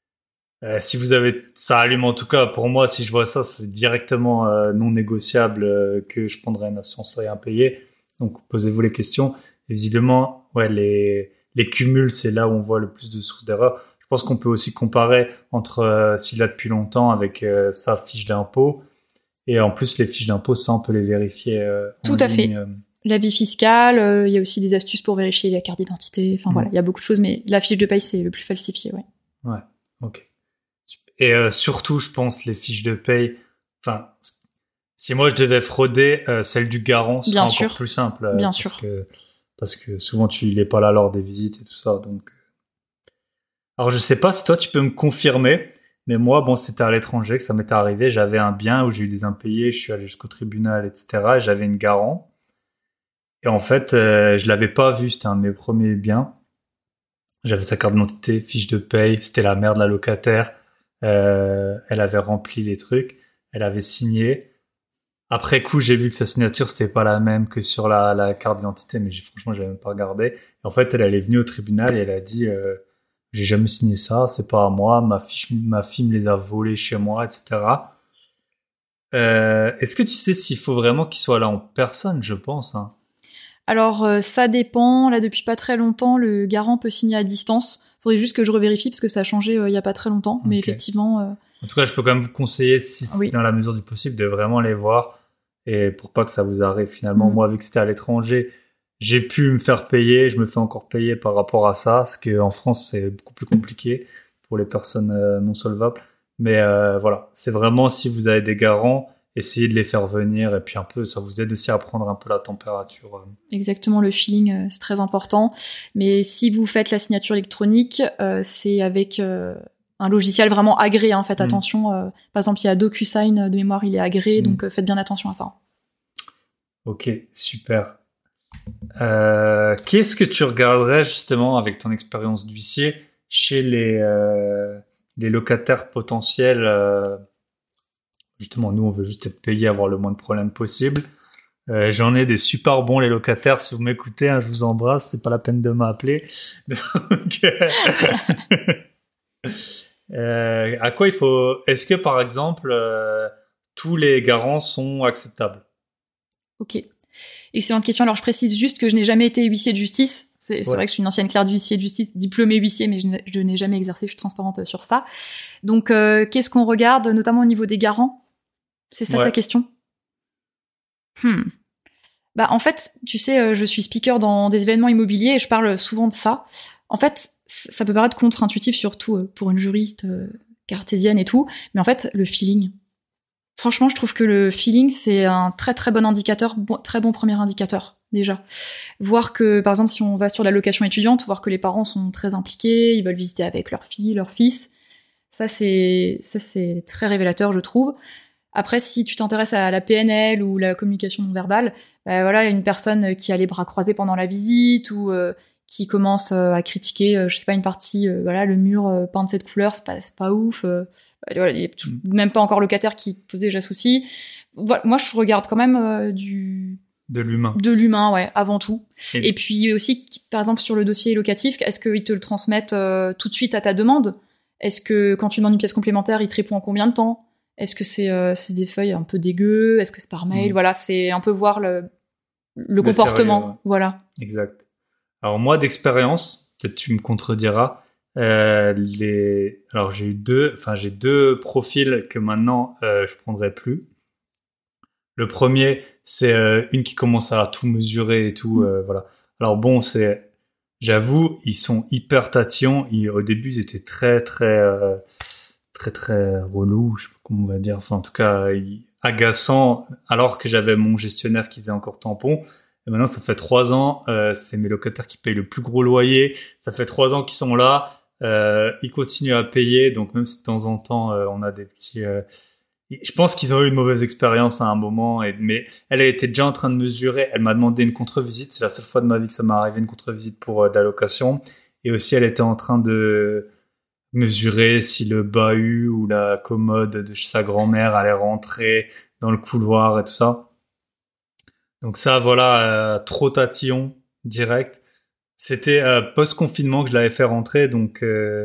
Si vous avez ça allume, en tout cas pour moi, si je vois ça, c'est directement non négociable que je prendrais une assurance loyer impayée. Donc posez-vous les questions. Et visiblement, ouais, les cumuls, c'est là où on voit le plus de sources d'erreur. Je pense qu'on peut aussi comparer entre s'il a depuis longtemps avec sa fiche d'impôt. Et en plus, les fiches d'impôt, ça, on peut les vérifier. Tout à fait. L'avis fiscal, il y a aussi des astuces pour vérifier la carte d'identité. Enfin voilà, il y a beaucoup de choses, mais la fiche de paye, c'est le plus falsifié, ouais. Ouais, ok. Et surtout, je pense, les fiches de paye, enfin, si moi je devais frauder, celle du garant serait encore plus simple. Bien sûr. Parce que souvent, il est pas là lors des visites et tout ça. Donc, alors, je sais pas si toi, tu peux me confirmer, mais moi, bon, c'était à l'étranger que ça m'était arrivé. J'avais un bien où j'ai eu des impayés, je suis allé jusqu'au tribunal, etc. Et j'avais une garant. Et en fait, je l'avais pas vu, c'était un de mes premiers biens. J'avais sa carte d'identité, fiche de paye, c'était la mère de la locataire. Elle avait rempli les trucs, elle avait signé. Après coup, j'ai vu que sa signature c'était pas la même que sur la carte d'identité, mais franchement, j'avais même pas regardé. Et en fait, elle est venue au tribunal et elle a dit j'ai jamais signé ça, c'est pas à moi, ma fille me les a volés chez moi, etc. Est-ce que tu sais s'il faut vraiment qu'il soit là en personne? Je pense. Hein. Alors, ça dépend. Là, depuis pas très longtemps, le garant peut signer à distance. Faudrait juste que je revérifie parce que ça a changé il y a pas très longtemps. Okay. Mais effectivement... En tout cas, je peux quand même vous conseiller, si dans la mesure du possible, de vraiment les voir. Et pour pas que ça vous arrive finalement. Moi, vu que c'était à l'étranger, j'ai pu me faire payer. Je me fais encore payer par rapport à ça. Parce qu'en France, c'est beaucoup plus compliqué pour les personnes non solvables. Mais voilà, c'est vraiment si vous avez des garants... Essayez de les faire venir et puis un peu, ça vous aide aussi à prendre un peu la température. Exactement, le feeling, c'est très important. Mais si vous faites la signature électronique, c'est avec un logiciel vraiment agréé. Hein. Faites attention. Par exemple, il y a DocuSign de mémoire, il est agréé, donc faites bien attention à ça. Ok, super. Qu'est-ce que tu regarderais justement avec ton expérience d'huissier chez les locataires potentiels Justement, nous, on veut juste être payé, avoir le moins de problèmes possible. J'en ai des super bons, les locataires. Si vous m'écoutez, hein, je vous embrasse. C'est pas la peine de m'appeler. Donc, à quoi il faut... Est-ce que, par exemple, tous les garants sont acceptables? Ok. Excellente question. Alors, je précise juste que je n'ai jamais été huissier de justice. C'est vrai que je suis une ancienne clerc d'huissier de justice, diplômée huissier, mais je n'ai jamais exercé. Je suis transparente sur ça. Donc, qu'est-ce qu'on regarde, notamment au niveau des garants? C'est ça ta question? Bah, en fait, tu sais, je suis speaker dans des événements immobiliers et je parle souvent de ça. En fait, ça peut paraître contre-intuitif, surtout pour une juriste cartésienne et tout, mais en fait, le feeling. Franchement, je trouve que le feeling, c'est un très très bon indicateur, très bon premier indicateur, déjà. Voir que, par exemple, si on va sur la location étudiante, voir que les parents sont très impliqués, ils veulent visiter avec leur fille, leur fils. Ça, c'est très révélateur, je trouve. Après, si tu t'intéresses à la PNL ou la communication non verbale, bah voilà, il y a une personne qui a les bras croisés pendant la visite ou qui commencent à critiquer, je sais pas, une partie, voilà, le mur peint de cette couleur, c'est pas ouf. Voilà, il y a même pas encore locataire qui pose déjà souci. Voilà, moi, je regarde quand même de l'humain. De l'humain, ouais, avant tout. Et puis aussi, par exemple, sur le dossier locatif, est-ce qu'ils te le transmettent tout de suite à ta demande ? Est-ce que quand tu demandes une pièce complémentaire, ils te répondent en combien de temps ? Est-ce que c'est des feuilles un peu dégueu ? Est-ce que c'est par mail ? Voilà, c'est un peu voir le comportement. Sérieux, ouais. Voilà. Exact. Alors moi, d'expérience, peut-être tu me contrediras, alors j'ai deux profils que maintenant je prendrai plus. Le premier, c'est une qui commence à tout mesurer et tout, voilà. Alors bon, j'avoue, ils sont hyper tatillons. Au début, ils étaient très relous, je sais pas comment on va dire. Enfin, en tout cas, agaçants. Alors que j'avais mon gestionnaire qui faisait encore tampon. Et maintenant, ça fait 3 ans. C'est mes locataires qui payent le plus gros loyer. Ça fait 3 ans qu'ils sont là. Ils continuent à payer. Donc même si de temps en temps, on a des petits. Je pense qu'ils ont eu une mauvaise expérience à un moment, mais elle était déjà en train de mesurer. Elle m'a demandé une contre-visite. C'est la seule fois de ma vie que ça m'est arrivé, une contre-visite pour de la location. Et aussi, elle était en train de mesurer si le bahut ou la commode de sa grand-mère allait rentrer dans le couloir et tout ça. Donc ça, voilà, trop tatillon, direct. C'était post-confinement que je l'avais fait rentrer, donc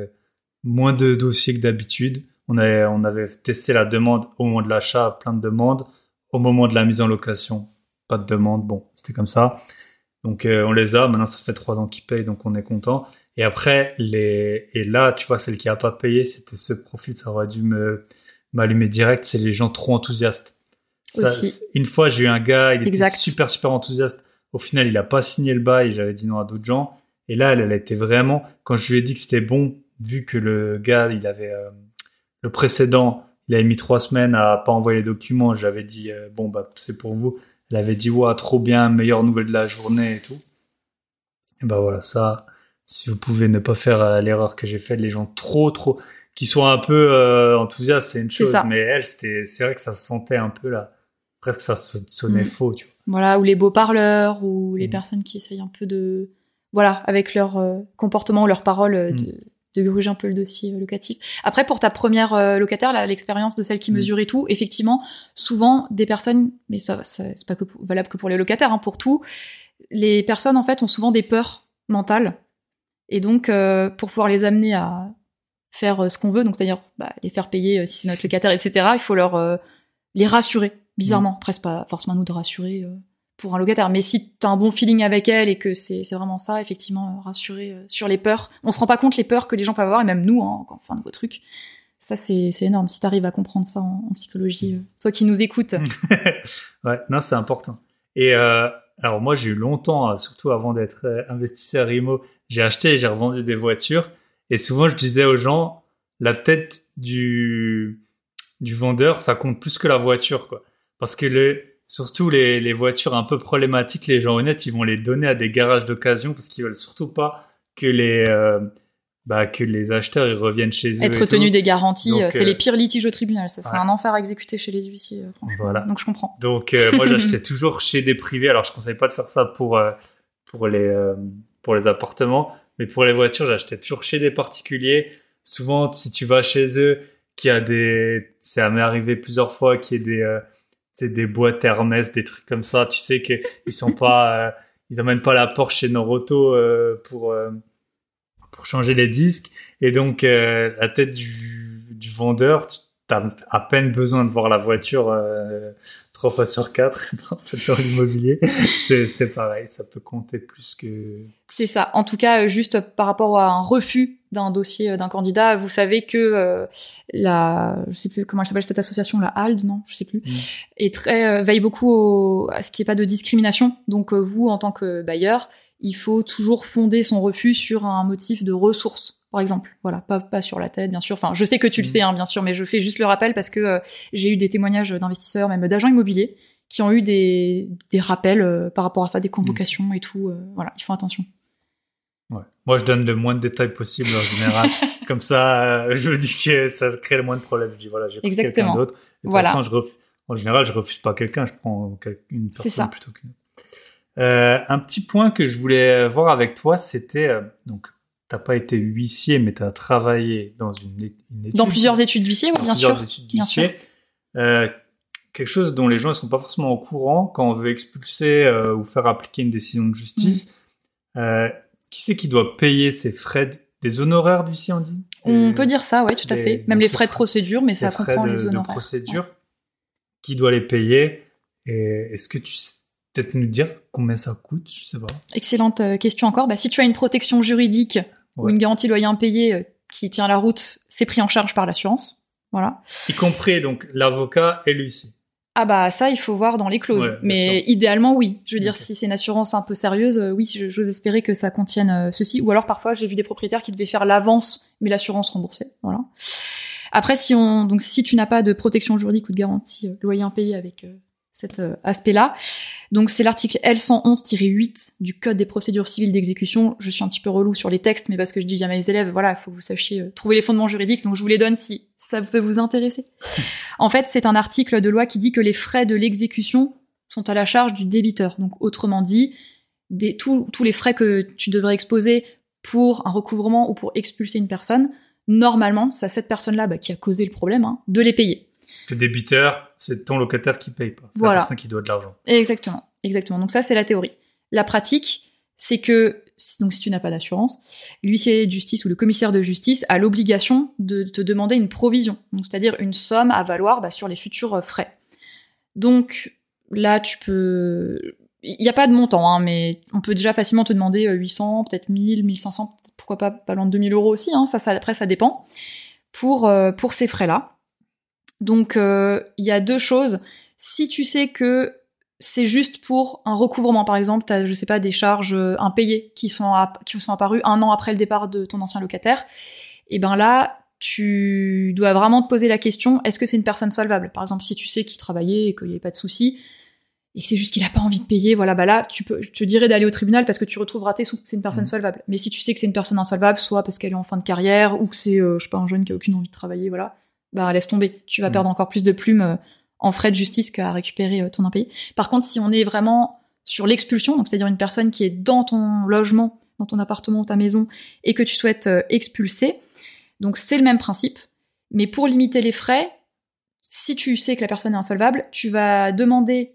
moins de dossiers que d'habitude. On avait testé la demande au moment de l'achat, plein de demandes. Au moment de la mise en location, pas de demande. Bon, c'était comme ça. Donc on les a. Maintenant, ça fait 3 ans qu'ils payent, donc on est content. Et après, et là, tu vois, celle qui a pas payé, c'était ce profil, ça aurait dû m'allumer direct. C'est les gens trop enthousiastes. Une fois, j'ai eu un gars, il était super enthousiaste. Au final, il a pas signé le bail. J'avais dit non à d'autres gens. Et là, elle était vraiment, quand je lui ai dit que c'était bon, vu que le gars, il avait le précédent, il avait mis 3 semaines à pas envoyer les documents. J'avais dit bon bah c'est pour vous. Elle avait dit ouais trop bien, meilleure nouvelle de la journée et tout. Et bah voilà, ça, si vous pouvez ne pas faire l'erreur que j'ai faite, les gens trop qui sont un peu enthousiastes, c'est une chose, mais elle, c'est vrai que ça se sentait un peu là, presque ça sonnait faux, tu vois. Voilà, ou les beaux parleurs, ou les personnes qui essayent un peu de, voilà, avec leur comportement ou leurs paroles, de gruger un peu le dossier locatif. Après, pour ta première locataire, l'expérience de celle qui mesure et tout, effectivement, souvent des personnes, mais ça c'est pas valable que pour les locataires, hein, pour tout, les personnes en fait ont souvent des peurs mentales, et donc pour pouvoir les amener à faire ce qu'on veut, donc c'est-à-dire les faire payer si c'est notre locataire, etc., il faut leur les rassurer, bizarrement. Après, c'est pas forcément à nous de rassurer pour un locataire, mais si t'as un bon feeling avec elle et que c'est vraiment ça, effectivement, rassurer sur les peurs. On se rend pas compte les peurs que les gens peuvent avoir, et même nous, hein, quand on fait un nouveau truc. Ça, c'est énorme. Si t'arrives à comprendre ça en psychologie, toi qui nous écoutes. Ouais, non, c'est important. Et alors moi, j'ai eu longtemps, surtout avant d'être investisseur IMO, j'ai acheté et j'ai revendu des voitures. Et souvent, je disais aux gens, la tête du vendeur, ça compte plus que la voiture, quoi. Parce que surtout les voitures un peu problématiques, les gens honnêtes, ils vont les donner à des garages d'occasion parce qu'ils veulent surtout pas que les acheteurs ils reviennent chez eux. Être tenu des garanties, donc, c'est les pires litiges au tribunal. Ça, c'est un enfer à exécuter chez les huissiers, franchement. Voilà. Donc je comprends. Donc moi, j'achetais toujours chez des privés. Alors je conseille pas de faire ça pour les appartements, mais pour les voitures, j'achetais toujours chez des particuliers. Souvent, si tu vas chez eux, ça m'est arrivé plusieurs fois qu'il y ait des boîtes Hermès, des trucs comme ça. Tu sais qu'ils sont pas, ils amènent pas la Porsche chez Noroto pour changer les disques. Et donc la tête du vendeur, t'as à peine besoin de voir la voiture 3 fois sur 4 dans l'immobilier. C'est pareil, ça peut compter plus que... C'est ça. En tout cas, juste par rapport à un refus d'un dossier d'un candidat, vous savez que je sais plus comment elle s'appelle cette association, la HALD, non, je sais plus, veille beaucoup à ce qu'il n'y ait pas de discrimination. Donc vous, en tant que bailleur, il faut toujours fonder son refus sur un motif de ressources, par exemple. Voilà, pas sur la tête, bien sûr. Enfin, je sais que tu le sais, hein, bien sûr, mais je fais juste le rappel parce que j'ai eu des témoignages d'investisseurs, même d'agents immobiliers, qui ont eu des rappels par rapport à ça, des convocations et tout. Voilà, ils font attention. Ouais. Moi, je donne le moins de détails possible en général. Comme ça, je me dis que ça crée le moins de problèmes. Je dis voilà, j'ai pris quelqu'un d'autre. De toute façon, en général, je refuse pas quelqu'un, je prends une personne plutôt qu'une. Un petit point que je voulais voir avec toi, c'était donc t'as pas été huissier, mais t'as travaillé dans une étude. Dans plusieurs études d'huissier, oui, bien sûr. Plusieurs études d'huissier. Quelque chose dont les gens ne sont pas forcément au courant quand on veut expulser ou faire appliquer une décision de justice. Qui c'est qui doit payer ces frais, des honoraires d'huissier, on dit? On peut dire ça, oui, tout à fait. Même les frais de procédure, mais ça comprend les honoraires. De procédure. Qui doit les payer? Et est-ce que tu sais peut-être nous dire combien ça coûte? Je sais pas. Excellente question encore. Si tu as une protection juridique ou une garantie loyer impayé qui tient la route, c'est pris en charge par l'assurance. Voilà. Y compris donc l'avocat et l'huissier. Ah ça, il faut voir dans les clauses. Mais idéalement, oui. Je veux dire, si c'est une assurance un peu sérieuse, oui, j'ose espérer que ça contienne ceci. Ou alors, parfois, j'ai vu des propriétaires qui devaient faire l'avance, mais l'assurance remboursée. Voilà. Après, si tu n'as pas de protection juridique ou de garantie loyer impayé avec cet aspect-là, donc c'est l'article L111-8 du Code des procédures civiles d'exécution. Je suis un petit peu relou sur les textes, mais parce que je dis à mes élèves, voilà, il faut que vous sachiez trouver les fondements juridiques, donc je vous les donne si ça peut vous intéresser. En fait, c'est un article de loi qui dit que les frais de l'exécution sont à la charge du débiteur. Donc, autrement dit, tous les frais que tu devrais exposer pour un recouvrement ou pour expulser une personne, normalement, c'est à cette personne-là qui a causé le problème, de les payer. Le débiteur, c'est ton locataire qui paye pas. C'est la personne qui doit de l'argent. Exactement. Donc ça, c'est la théorie. La pratique, c'est que, donc si tu n'as pas d'assurance, l'huissier de justice ou le commissaire de justice a l'obligation de te demander une provision. Donc c'est-à-dire une somme à valoir sur les futurs frais. Donc là, il n'y a pas de montant, mais on peut déjà facilement te demander 800, peut-être 1000, 1500, pourquoi pas loin de 2000 euros aussi, après ça dépend, pour ces frais-là. Donc, il y a deux choses. Si tu sais que c'est juste pour un recouvrement, par exemple, t'as, je sais pas, des charges impayées qui sont apparues 1 an après le départ de ton ancien locataire, et là, tu dois vraiment te poser la question, est-ce que c'est une personne solvable? Par exemple, si tu sais qu'il travaillait et qu'il n'y avait pas de souci, et que c'est juste qu'il a pas envie de payer, là, je te dirais d'aller au tribunal parce que tu retrouveras tes sous, c'est une personne solvable. Mais si tu sais que c'est une personne insolvable, soit parce qu'elle est en fin de carrière, ou que c'est, un jeune qui a aucune envie de travailler, laisse tomber. Tu vas perdre encore plus de plumes en frais de justice qu'à récupérer ton impayé. Par contre, si on est vraiment sur l'expulsion, donc c'est-à-dire une personne qui est dans ton logement, dans ton appartement ou ta maison, et que tu souhaites expulser, donc c'est le même principe. Mais pour limiter les frais, si tu sais que la personne est insolvable, tu vas demander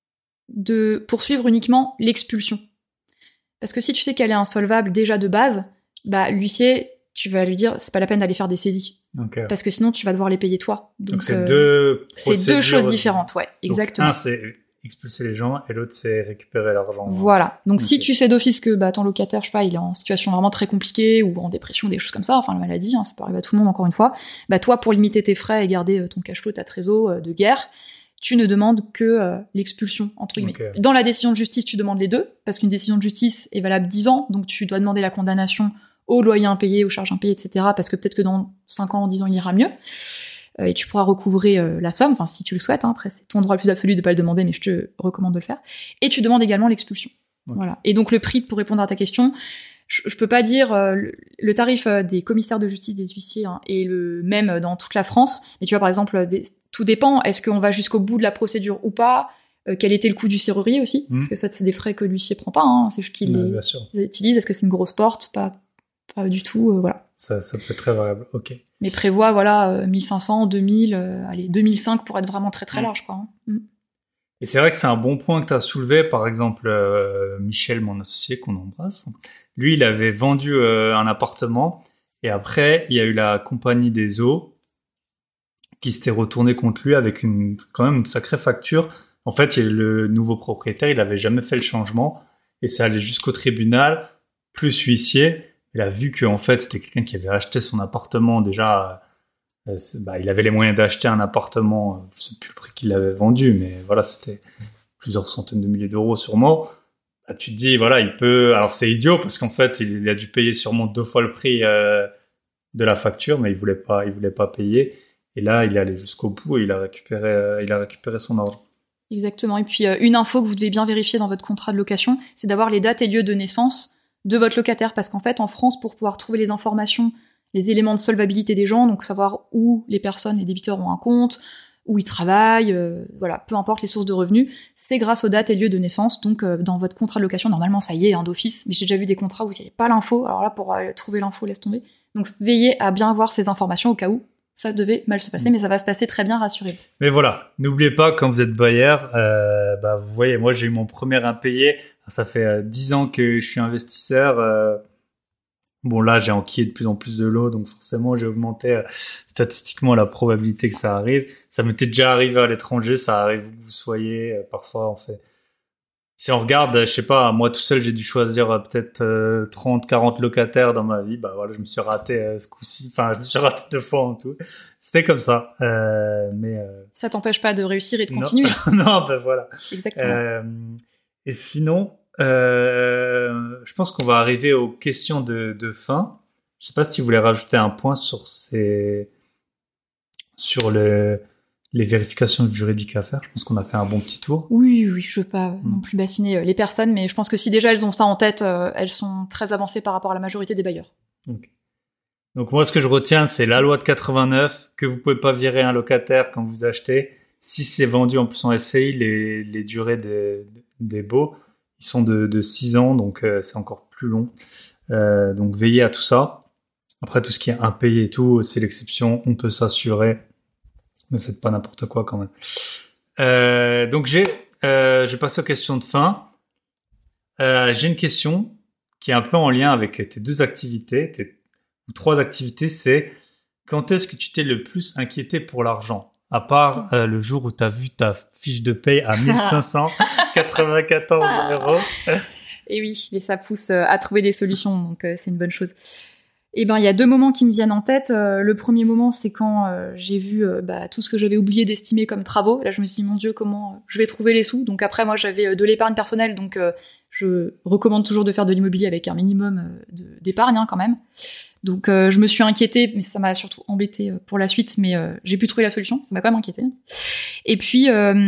de poursuivre uniquement l'expulsion. Parce que si tu sais qu'elle est insolvable déjà de base, l'huissier, tu vas lui dire, c'est pas la peine d'aller faire des saisies. Okay. Parce que sinon, tu vas devoir les payer toi. Donc c'est deux choses différentes, ouais, exactement. Donc, un, c'est expulser les gens, et l'autre, c'est récupérer leur argent. Voilà. Donc, si tu sais d'office que ton locataire, je sais pas, il est en situation vraiment très compliquée, ou en dépression, des choses comme ça, la maladie, ça peut arriver à tout le monde, encore une fois, toi, pour limiter tes frais et garder ton cash flow, ta trésor de guerre, tu ne demandes que l'expulsion, entre guillemets. Okay. Dans la décision de justice, tu demandes les deux, parce qu'une décision de justice est valable 10 ans, donc tu dois demander la condamnation aux loyers impayés, aux charges impayées, etc., parce que peut-être que dans 5 ans, 10 ans, il ira mieux, et tu pourras recouvrer la somme, si tu le souhaites, après c'est ton droit le plus absolu de pas le demander, mais je te recommande de le faire, et tu demandes également l'expulsion. Okay. Voilà. Et donc le prix, pour répondre à ta question, je peux pas dire le tarif des commissaires de justice, des huissiers, est le même dans toute la France, mais tu vois, par exemple, tout dépend, est-ce qu'on va jusqu'au bout de la procédure ou pas, quel était le coût du serrurier aussi, parce que ça, c'est des frais que l'huissier prend pas, c'est juste qu'il les utilise, est-ce que c'est une grosse porte, pas du tout, voilà. Ça peut être très variable, ok. Mais prévoit, 1500, 2000, 2005 pour être vraiment très très large, quoi. Et c'est vrai que c'est un bon point que tu as soulevé, par exemple, Michel, mon associé, qu'on embrasse, lui, il avait vendu un appartement, et après, il y a eu la compagnie des eaux qui s'était retournée contre lui avec quand même une sacrée facture. En fait, le nouveau propriétaire, il avait jamais fait le changement, et ça allait jusqu'au tribunal, plus huissier. Il a vu que en fait c'était quelqu'un qui avait acheté son appartement déjà. Il avait les moyens d'acheter un appartement. Je sais plus le prix qu'il avait vendu, mais voilà, c'était plusieurs centaines de milliers d'euros sûrement. Tu te dis il peut. Alors c'est idiot parce qu'en fait il a dû payer sûrement 2 fois le prix de la facture, mais il voulait pas payer. Et là il est allé jusqu'au bout et il a récupéré son argent. Exactement. Et puis une info que vous devez bien vérifier dans votre contrat de location, c'est d'avoir les dates et lieux de naissance de votre locataire, parce qu'en fait, en France, pour pouvoir trouver les informations, les éléments de solvabilité des gens, donc savoir où les personnes, les débiteurs ont un compte, où ils travaillent, voilà, peu importe les sources de revenus, c'est grâce aux dates et lieux de naissance. Donc dans votre contrat de location, normalement ça y est, d'office, mais j'ai déjà vu des contrats où il n'y avait pas l'info. Alors là, pour trouver l'info, laisse tomber. Donc veillez à bien avoir ces informations au cas où ça devait mal se passer, mais ça va se passer très bien, rassurez-vous. Mais voilà, n'oubliez pas, quand vous êtes bailleur, vous voyez, moi j'ai eu mon premier impayé, ça fait 10 ans que je suis investisseur. Bon, là j'ai enquillé de plus en plus de lots, donc forcément j'ai augmenté statistiquement la probabilité que ça arrive. Ça m'était déjà arrivé à l'étranger, ça arrive où que vous soyez, parfois on fait... Si on regarde, je sais pas, moi tout seul, j'ai dû choisir peut-être 30, 40 locataires dans ma vie. Bah voilà, je me suis raté ce coup-ci. Enfin, je me suis raté 2 fois en tout. C'était comme ça. Ça t'empêche pas de réussir et de continuer. Non, ben voilà. Exactement. Et sinon, je pense qu'on va arriver aux questions de fin. Je sais pas si tu voulais rajouter un point sur les vérifications juridiques à faire. Je pense qu'on a fait un bon petit tour. Oui, je veux pas non plus bassiner les personnes, mais je pense que si déjà elles ont ça en tête, elles sont très avancées par rapport à la majorité des bailleurs. Okay. Donc moi, ce que je retiens, c'est la loi de 89, que vous pouvez pas virer un locataire quand vous achetez. Si c'est vendu en plus en SCI, les durées des baux, ils sont de 6 ans, donc c'est encore plus long. Donc veillez à tout ça. Après, tout ce qui est impayé et tout, c'est l'exception, on peut s'assurer. Ne faites pas n'importe quoi quand même. Donc je vais passer aux questions de fin. J'ai une question qui est un peu en lien avec tes 2 activités, ou 3 activités. C'est quand est-ce que tu t'es le plus inquiété pour l'argent, à part le jour où tu as vu ta fiche de paye à 1594 €. Et oui, mais ça pousse à trouver des solutions, donc c'est une bonne chose. Eh ben, il y a 2 moments qui me viennent en tête. Le premier moment, c'est quand j'ai vu tout ce que j'avais oublié d'estimer comme travaux. Là, je me suis dit, mon Dieu, comment je vais trouver les sous. Donc après, moi, j'avais de l'épargne personnelle, donc je recommande toujours de faire de l'immobilier avec un minimum d'épargne quand même. Donc je me suis inquiétée, mais ça m'a surtout embêtée pour la suite, mais j'ai pu trouver la solution, ça m'a quand même inquiétée. Et puis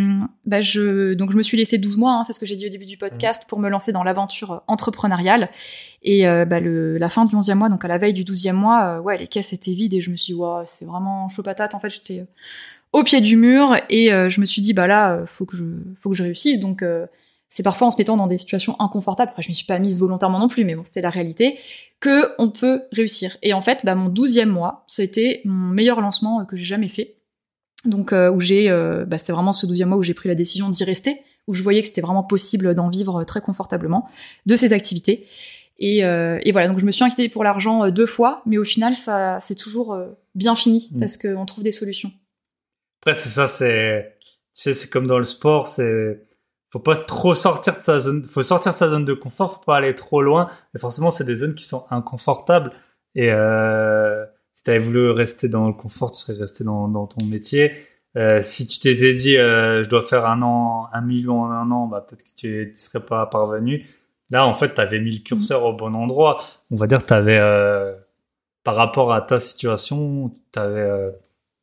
je me suis laissé 12 mois, c'est ce que j'ai dit au début du podcast, pour me lancer dans l'aventure entrepreneuriale. Et la fin du 11e mois, donc à la veille du 12e mois, les caisses étaient vides et je me suis dit wow, c'est vraiment chaud patate. En fait, j'étais au pied du mur et je me suis dit faut que je réussisse. Donc c'est parfois en se mettant dans des situations inconfortables, après je m'y suis pas mise volontairement non plus, mais bon, c'était la réalité, que on peut réussir. Et en fait, mon 12e mois, ça a été mon meilleur lancement que j'ai jamais fait. Donc où c'est vraiment ce 12e mois où j'ai pris la décision d'y rester, où je voyais que c'était vraiment possible d'en vivre très confortablement de ces activités. Et voilà, donc je me suis inquiétée pour l'argent 2 fois, mais au final, ça c'est toujours bien fini, parce qu'on trouve des solutions. Après, c'est ça, c'est comme dans le sport, faut pas trop sortir de sa zone, faut sortir de sa zone de confort, faut pas aller trop loin. Et forcément, c'est des zones qui sont inconfortables. Et si t'avais voulu rester dans le confort, tu serais resté dans ton métier. Si tu t'étais dit, je dois faire 1 million en 1 an, peut-être que tu serais pas parvenu. Là, en fait, t'avais mis le curseur au bon endroit. On va dire que t'avais, par rapport à ta situation, t'as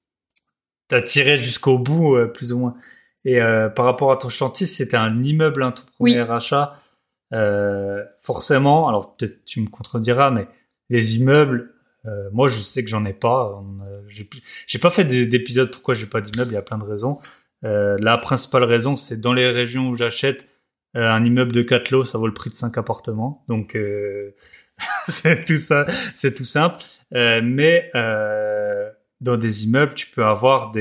tiré jusqu'au bout, plus ou moins. Et par rapport à ton chantier, c'était un immeuble, ton premier achat. Forcément, alors peut-être tu me contrediras, mais les immeubles, moi je sais que j'en ai pas. J'ai pas fait d'épisode pourquoi j'ai pas d'immeuble. Il y a plein de raisons. La principale raison, c'est dans les régions où j'achète un immeuble de 4 lots, ça vaut le prix de 5 appartements. Donc c'est tout ça, c'est tout simple. Mais dans des immeubles, tu peux avoir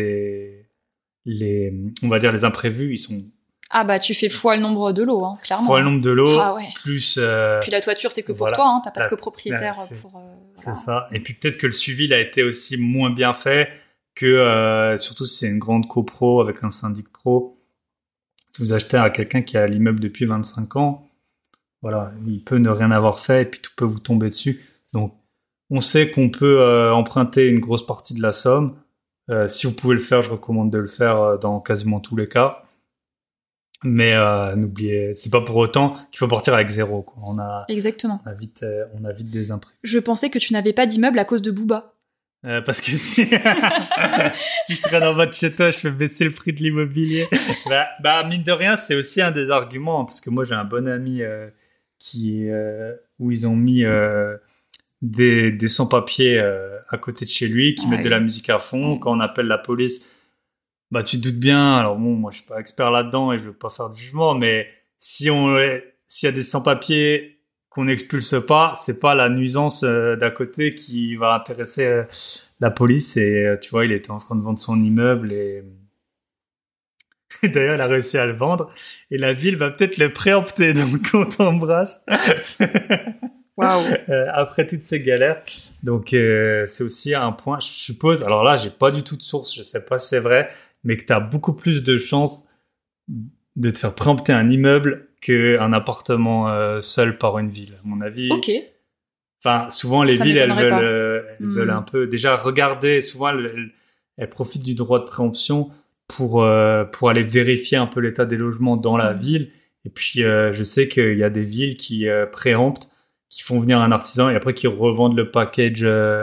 on va dire les imprévus, ils sont... tu fais fois le nombre de lots, clairement. Fois le nombre de lots, ouais. plus... Puis la toiture, c'est que pour toi, t'as pas de copropriétaire pour... C'est ça. Et puis peut-être que le suivi, il a été aussi moins bien fait que, surtout si c'est une grande copro avec un syndic pro. Si vous achetez à quelqu'un qui a l'immeuble depuis 25 ans, voilà, il peut ne rien avoir fait et puis tout peut vous tomber dessus. Donc, on sait qu'on peut emprunter une grosse partie de la somme. Si vous pouvez le faire, je recommande de le faire dans quasiment tous les cas. Mais n'oubliez, c'est pas pour autant qu'il faut partir avec 0, quoi. Exactement. On a vite des imprévus. Je pensais que tu n'avais pas d'immeuble à cause de Booba. Parce que si je traîne en bas de chez toi, je fais baisser le prix de l'immobilier. Mine de rien, c'est aussi un des arguments, parce que moi j'ai un bon ami où ils ont mis des sans-papiers à côté de chez lui qui mettent de la musique à fond. Quand on appelle la police, bah tu te doutes bien. Alors bon, moi je suis pas expert là-dedans et je veux pas faire de jugement, mais s'il y a des sans-papiers qu'on n'expulse pas, c'est pas la nuisance d'à côté qui va intéresser la police. Et tu vois, il était en train de vendre son immeuble et d'ailleurs il a réussi à le vendre et la ville va peut-être le préempter. Donc on t'embrasse. Waouh. Après toutes ces galères. Donc c'est aussi un point, je suppose. Alors là, j'ai pas du tout de source, je sais pas si c'est vrai, mais que tu as beaucoup plus de chances de te faire préempter un immeuble qu'un appartement seul par une ville, à mon avis. Ok. Enfin, souvent les Ça villes, m'étonnerait elles veulent un peu déjà regarder. Souvent, elles profitent du droit de préemption pour aller vérifier un peu l'état des logements dans la ville. Et puis, je sais qu'il y a des villes qui préemptent, qui font venir un artisan et après qui revendent le package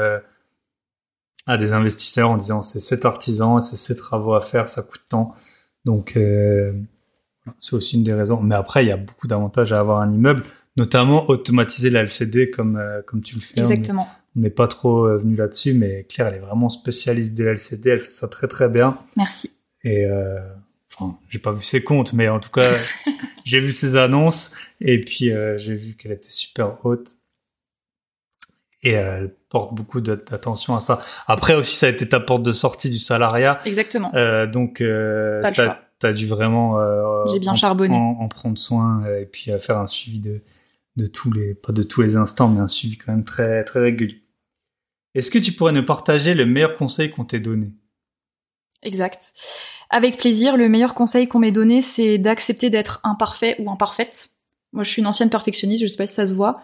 à des investisseurs en disant c'est cet artisan, c'est ces travaux à faire, ça coûte tant. Donc c'est aussi une des raisons. Mais après, il y a beaucoup d'avantages à avoir un immeuble, notamment automatiser la LCD comme tu le fais. Exactement. On n'est pas trop venu là-dessus, mais Claire, elle est vraiment spécialiste de la LCD, elle fait ça très très bien. Merci. Et enfin, j'ai pas vu ses comptes, mais en tout cas, j'ai vu ses annonces et puis j'ai vu qu'elle était super haute. Et elle porte beaucoup d'attention à ça. Après aussi, ça a été ta porte de sortie du salariat. Exactement. Donc, t'as dû vraiment j'ai bien charbonné. En prendre soin et puis faire un suivi de tous les, pas de tous les instants, mais un suivi quand même très, très régulier. Est-ce que tu pourrais nous partager le meilleur conseil qu'on t'ait donné ? Exact. Avec plaisir, le meilleur conseil qu'on m'ait donné, c'est d'accepter d'être imparfait ou imparfaite. Moi, je suis une ancienne perfectionniste, je sais pas si ça se voit.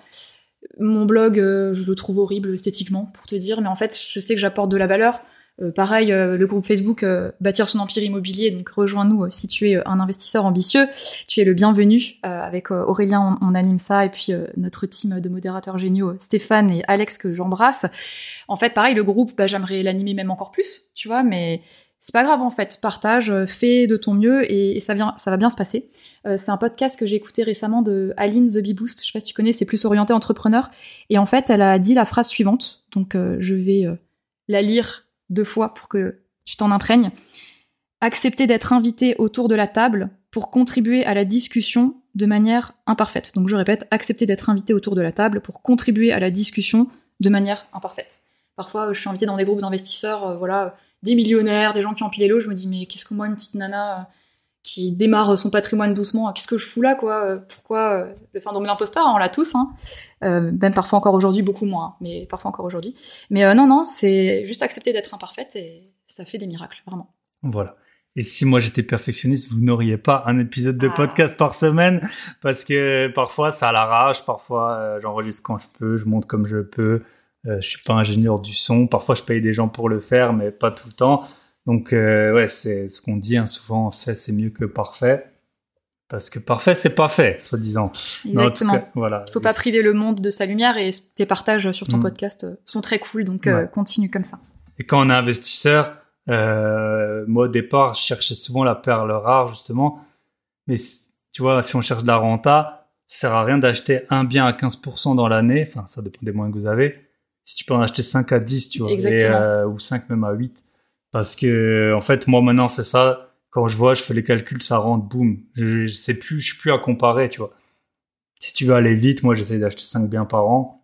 Mon blog, je le trouve horrible esthétiquement, pour te dire, mais en fait, je sais que j'apporte de la valeur. Pareil, le groupe Facebook Bâtir son empire immobilier, donc rejoins-nous si tu es un investisseur ambitieux. Tu es le bienvenu. Avec Aurélien, on anime ça, et puis notre team de modérateurs géniaux, Stéphane et Alex, que j'embrasse. En fait, pareil, le groupe, j'aimerais l'animer même encore plus, tu vois, mais c'est pas grave en fait. Partage, fais de ton mieux et ça va bien se passer. C'est un podcast que j'ai écouté récemment de Aline The Bee Boost. Je sais pas si tu connais, c'est plus orienté entrepreneur. Et en fait, elle a dit la phrase suivante. Donc, je vais la lire 2 fois pour que tu t'en imprègnes. Accepter d'être invité autour de la table pour contribuer à la discussion de manière imparfaite. Donc, je répète, accepter d'être invité autour de la table pour contribuer à la discussion de manière imparfaite. Parfois, je suis invitée dans des groupes d'investisseurs, des millionnaires, des gens qui empilent les lots, je me dis mais qu'est-ce que moi, une petite nana qui démarre son patrimoine doucement, qu'est-ce que je fous là quoi ? Pourquoi le syndrome de l'imposteur, on l'a tous, hein. Même parfois encore aujourd'hui, beaucoup moins, hein, mais parfois encore aujourd'hui. Mais non, c'est juste accepter d'être imparfaite et ça fait des miracles, vraiment. Voilà. Et si moi j'étais perfectionniste, vous n'auriez pas un épisode de podcast par semaine, parce que parfois ça à l'arrache, parfois j'enregistre quand je peux, je monte comme je peux. Je suis pas ingénieur du son. Parfois, je paye des gens pour le faire, mais pas tout le temps. Donc, ouais, c'est ce qu'on dit, hein, souvent, fait, c'est mieux que parfait. Parce que parfait, c'est pas fait, soi-disant. Exactement. En tout cas, voilà. Il faut pas priver le monde de sa lumière et tes partages sur ton podcast sont très cool. Donc, continue comme ça. Et quand on est investisseur, moi, au départ, je cherchais souvent la perle rare, justement. Mais tu vois, si on cherche de la renta, ça sert à rien d'acheter un bien à 15% dans l'année. Enfin, ça dépend des moyens que vous avez. Si tu peux en acheter 5 à 10, tu vois, ou 5 même à 8. Parce que, en fait, moi, maintenant, c'est ça. Quand je fais les calculs, ça rentre, boum. Je suis plus à comparer, tu vois. Si tu veux aller vite, moi, j'essaye d'acheter 5 biens par an.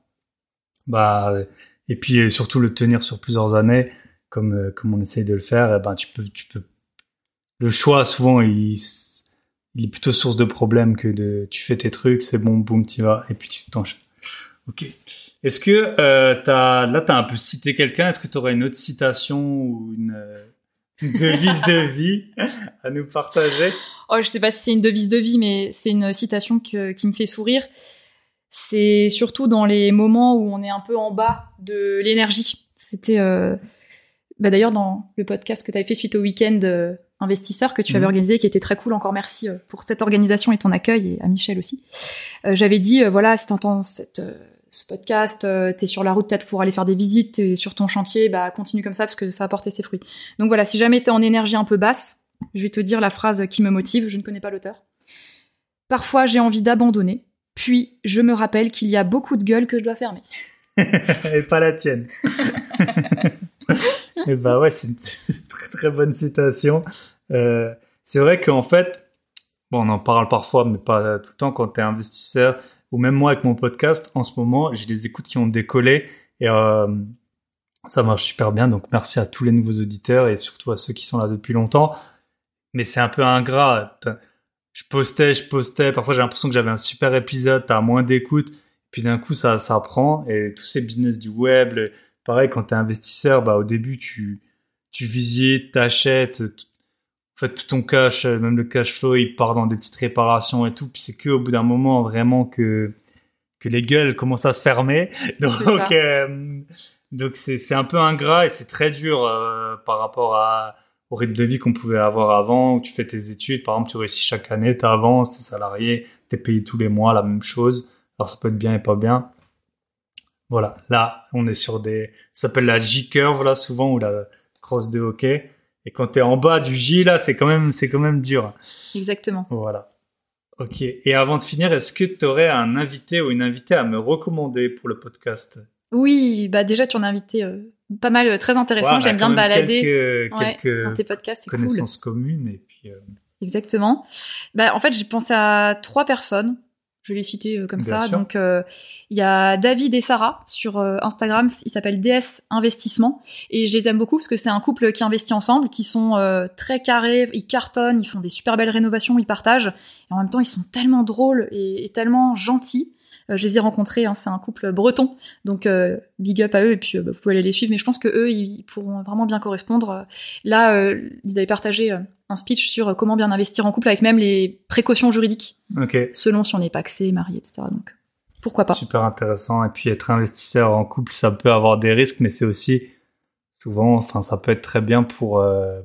Et puis, surtout, le tenir sur plusieurs années, comme on essaye de le faire, tu peux. Le choix, souvent, il est plutôt source de problèmes que tu fais tes trucs, c'est bon, boum, t'y vas, et puis tu t'enchaînes. Ok. Est-ce que t'as un peu cité quelqu'un? Est-ce que tu aurais une autre citation ou une devise de vie à nous partager? Oh, je sais pas si c'est une devise de vie, mais c'est une citation qui me fait sourire. C'est surtout dans les moments où on est un peu en bas de l'énergie. C'était d'ailleurs dans le podcast que tu avais fait suite au week-end investisseur que tu avais organisé, qui était très cool. Encore merci pour cette organisation et ton accueil, et à Michel aussi. J'avais dit, voilà, si t'entends ce podcast, t'es sur la route peut-être pour aller faire des visites, t'es sur ton chantier, continue comme ça parce que ça a porté ses fruits. Donc voilà, si jamais t'es en énergie un peu basse, je vais te dire la phrase qui me motive, je ne connais pas l'auteur. Parfois j'ai envie d'abandonner, puis je me rappelle qu'il y a beaucoup de gueules que je dois fermer. Et pas la tienne. Et ouais, c'est une très très bonne citation. C'est vrai qu'en fait, bon, on en parle parfois, mais pas tout le temps quand t'es investisseur, ou même moi avec mon podcast, en ce moment, j'ai des écoutes qui ont décollé et ça marche super bien. Donc merci à tous les nouveaux auditeurs et surtout à ceux qui sont là depuis longtemps. Mais c'est un peu ingrat. Je postais. Parfois, j'ai l'impression que j'avais un super épisode, t'as moins d'écoute. Puis d'un coup, ça prend. Et tous ces business du web, pareil, quand t'es investisseur, bah, au début, tu visites, t'achètes. En fait, tout ton cash, même le cash flow, il part dans des petites réparations et tout. Puis c'est que au bout d'un moment, vraiment, que les gueules commencent à se fermer. Donc c'est un peu ingrat et c'est très dur par rapport au rythme de vie qu'on pouvait avoir avant, où tu fais tes études, par exemple, tu réussis chaque année, t'avances, t'es salarié, t'es payé tous les mois, la même chose. Alors ça peut être bien et pas bien. Voilà, là, on est sur ça s'appelle la J-curve, là, souvent, ou la crosse de hockey. Et quand t'es en bas du J, là, c'est quand même dur. Exactement. Voilà. Ok. Et avant de finir, est-ce que t'aurais un invité ou une invitée à me recommander pour le podcast? Oui, bah déjà tu en as invité pas mal très intéressant. J'aime bien me balader quelques dans tes podcasts, c'est connaissances cool. communes et puis. Exactement. Bah en fait j'ai pensé à 3 personnes. Je vais les citer comme Bien ça. sûr. Donc il y a David et Sarah sur Instagram. Il s'appelle DS Investissement et je les aime beaucoup parce que c'est un couple qui investit ensemble, qui sont très carrés, ils cartonnent, ils font des super belles rénovations, ils partagent. Et en même temps ils sont tellement drôles et tellement gentils. Je les ai rencontrés, hein, c'est un couple breton, donc big up à eux et puis vous pouvez aller les suivre. Mais je pense que eux, ils pourront vraiment bien correspondre. Là, ils avaient partagé un speech sur comment bien investir en couple avec même les précautions juridiques, selon si on est pacsé, marié, etc. Donc pourquoi pas. Super intéressant. Et puis être investisseur en couple, ça peut avoir des risques, mais c'est aussi souvent, enfin, ça peut être très bien pour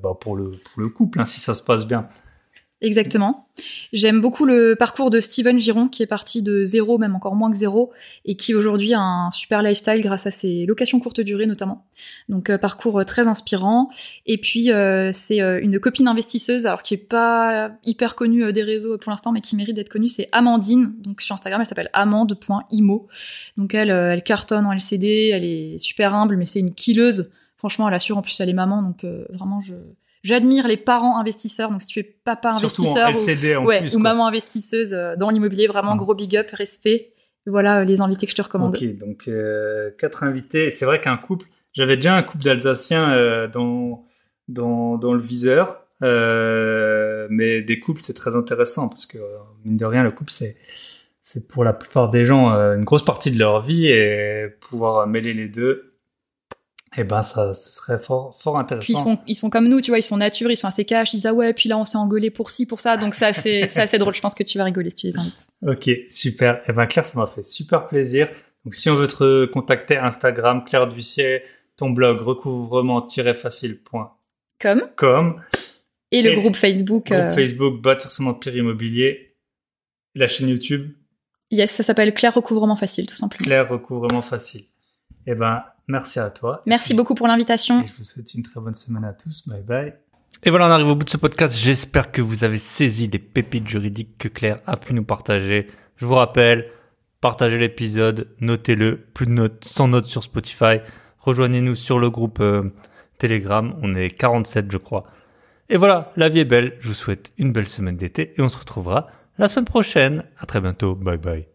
le couple, hein, si ça se passe bien. Exactement. J'aime beaucoup le parcours de Steven Giron, qui est parti de 0, même encore moins que 0, et qui aujourd'hui a un super lifestyle grâce à ses locations courte durée notamment. Donc parcours très inspirant. Et puis c'est une copine investisseuse, alors qui est pas hyper connue des réseaux pour l'instant, mais qui mérite d'être connue, c'est Amandine. Donc sur Instagram, elle s'appelle amande.imo. Donc elle cartonne en LCD, elle est super humble, mais c'est une killeuse. Franchement, elle assure, en plus elle est maman, donc vraiment j'admire les parents investisseurs, donc si tu es papa investisseur ou maman investisseuse dans l'immobilier, vraiment gros big up, respect. Voilà les invités que je te recommande. Ok, donc 4 invités. C'est vrai qu'un couple, j'avais déjà un couple d'Alsaciens dans le viseur, mais des couples c'est très intéressant parce que mine de rien le couple c'est pour la plupart des gens une grosse partie de leur vie et pouvoir mêler les deux. Eh ben, ce serait fort intéressant. Puis ils sont comme nous, tu vois, ils sont nature, ils sont assez cash, ils disent ah ouais, puis là on s'est engueulé pour ci, pour ça, donc c'est assez drôle. Je pense que tu vas rigoler si tu les invites. Ok, super. Eh ben Claire, ça m'a fait super plaisir. Donc si on veut te contacter, Instagram, Claire Duissier, ton blog recouvrement-facile.com. Et le groupe Facebook. Bâtir son empire immobilier. La chaîne YouTube. Yes, ça s'appelle Claire Recouvrement Facile, tout simplement. Claire Recouvrement Facile. Eh ben, merci à toi. Merci beaucoup pour l'invitation. Et je vous souhaite une très bonne semaine à tous. Bye bye. Et voilà, on arrive au bout de ce podcast. J'espère que vous avez saisi les pépites juridiques que Claire a pu nous partager. Je vous rappelle, partagez l'épisode, notez-le, plus de notes, 100 notes sur Spotify. Rejoignez-nous sur le groupe Telegram. On est 47, je crois. Et voilà, la vie est belle. Je vous souhaite une belle semaine d'été et on se retrouvera la semaine prochaine. À très bientôt. Bye bye.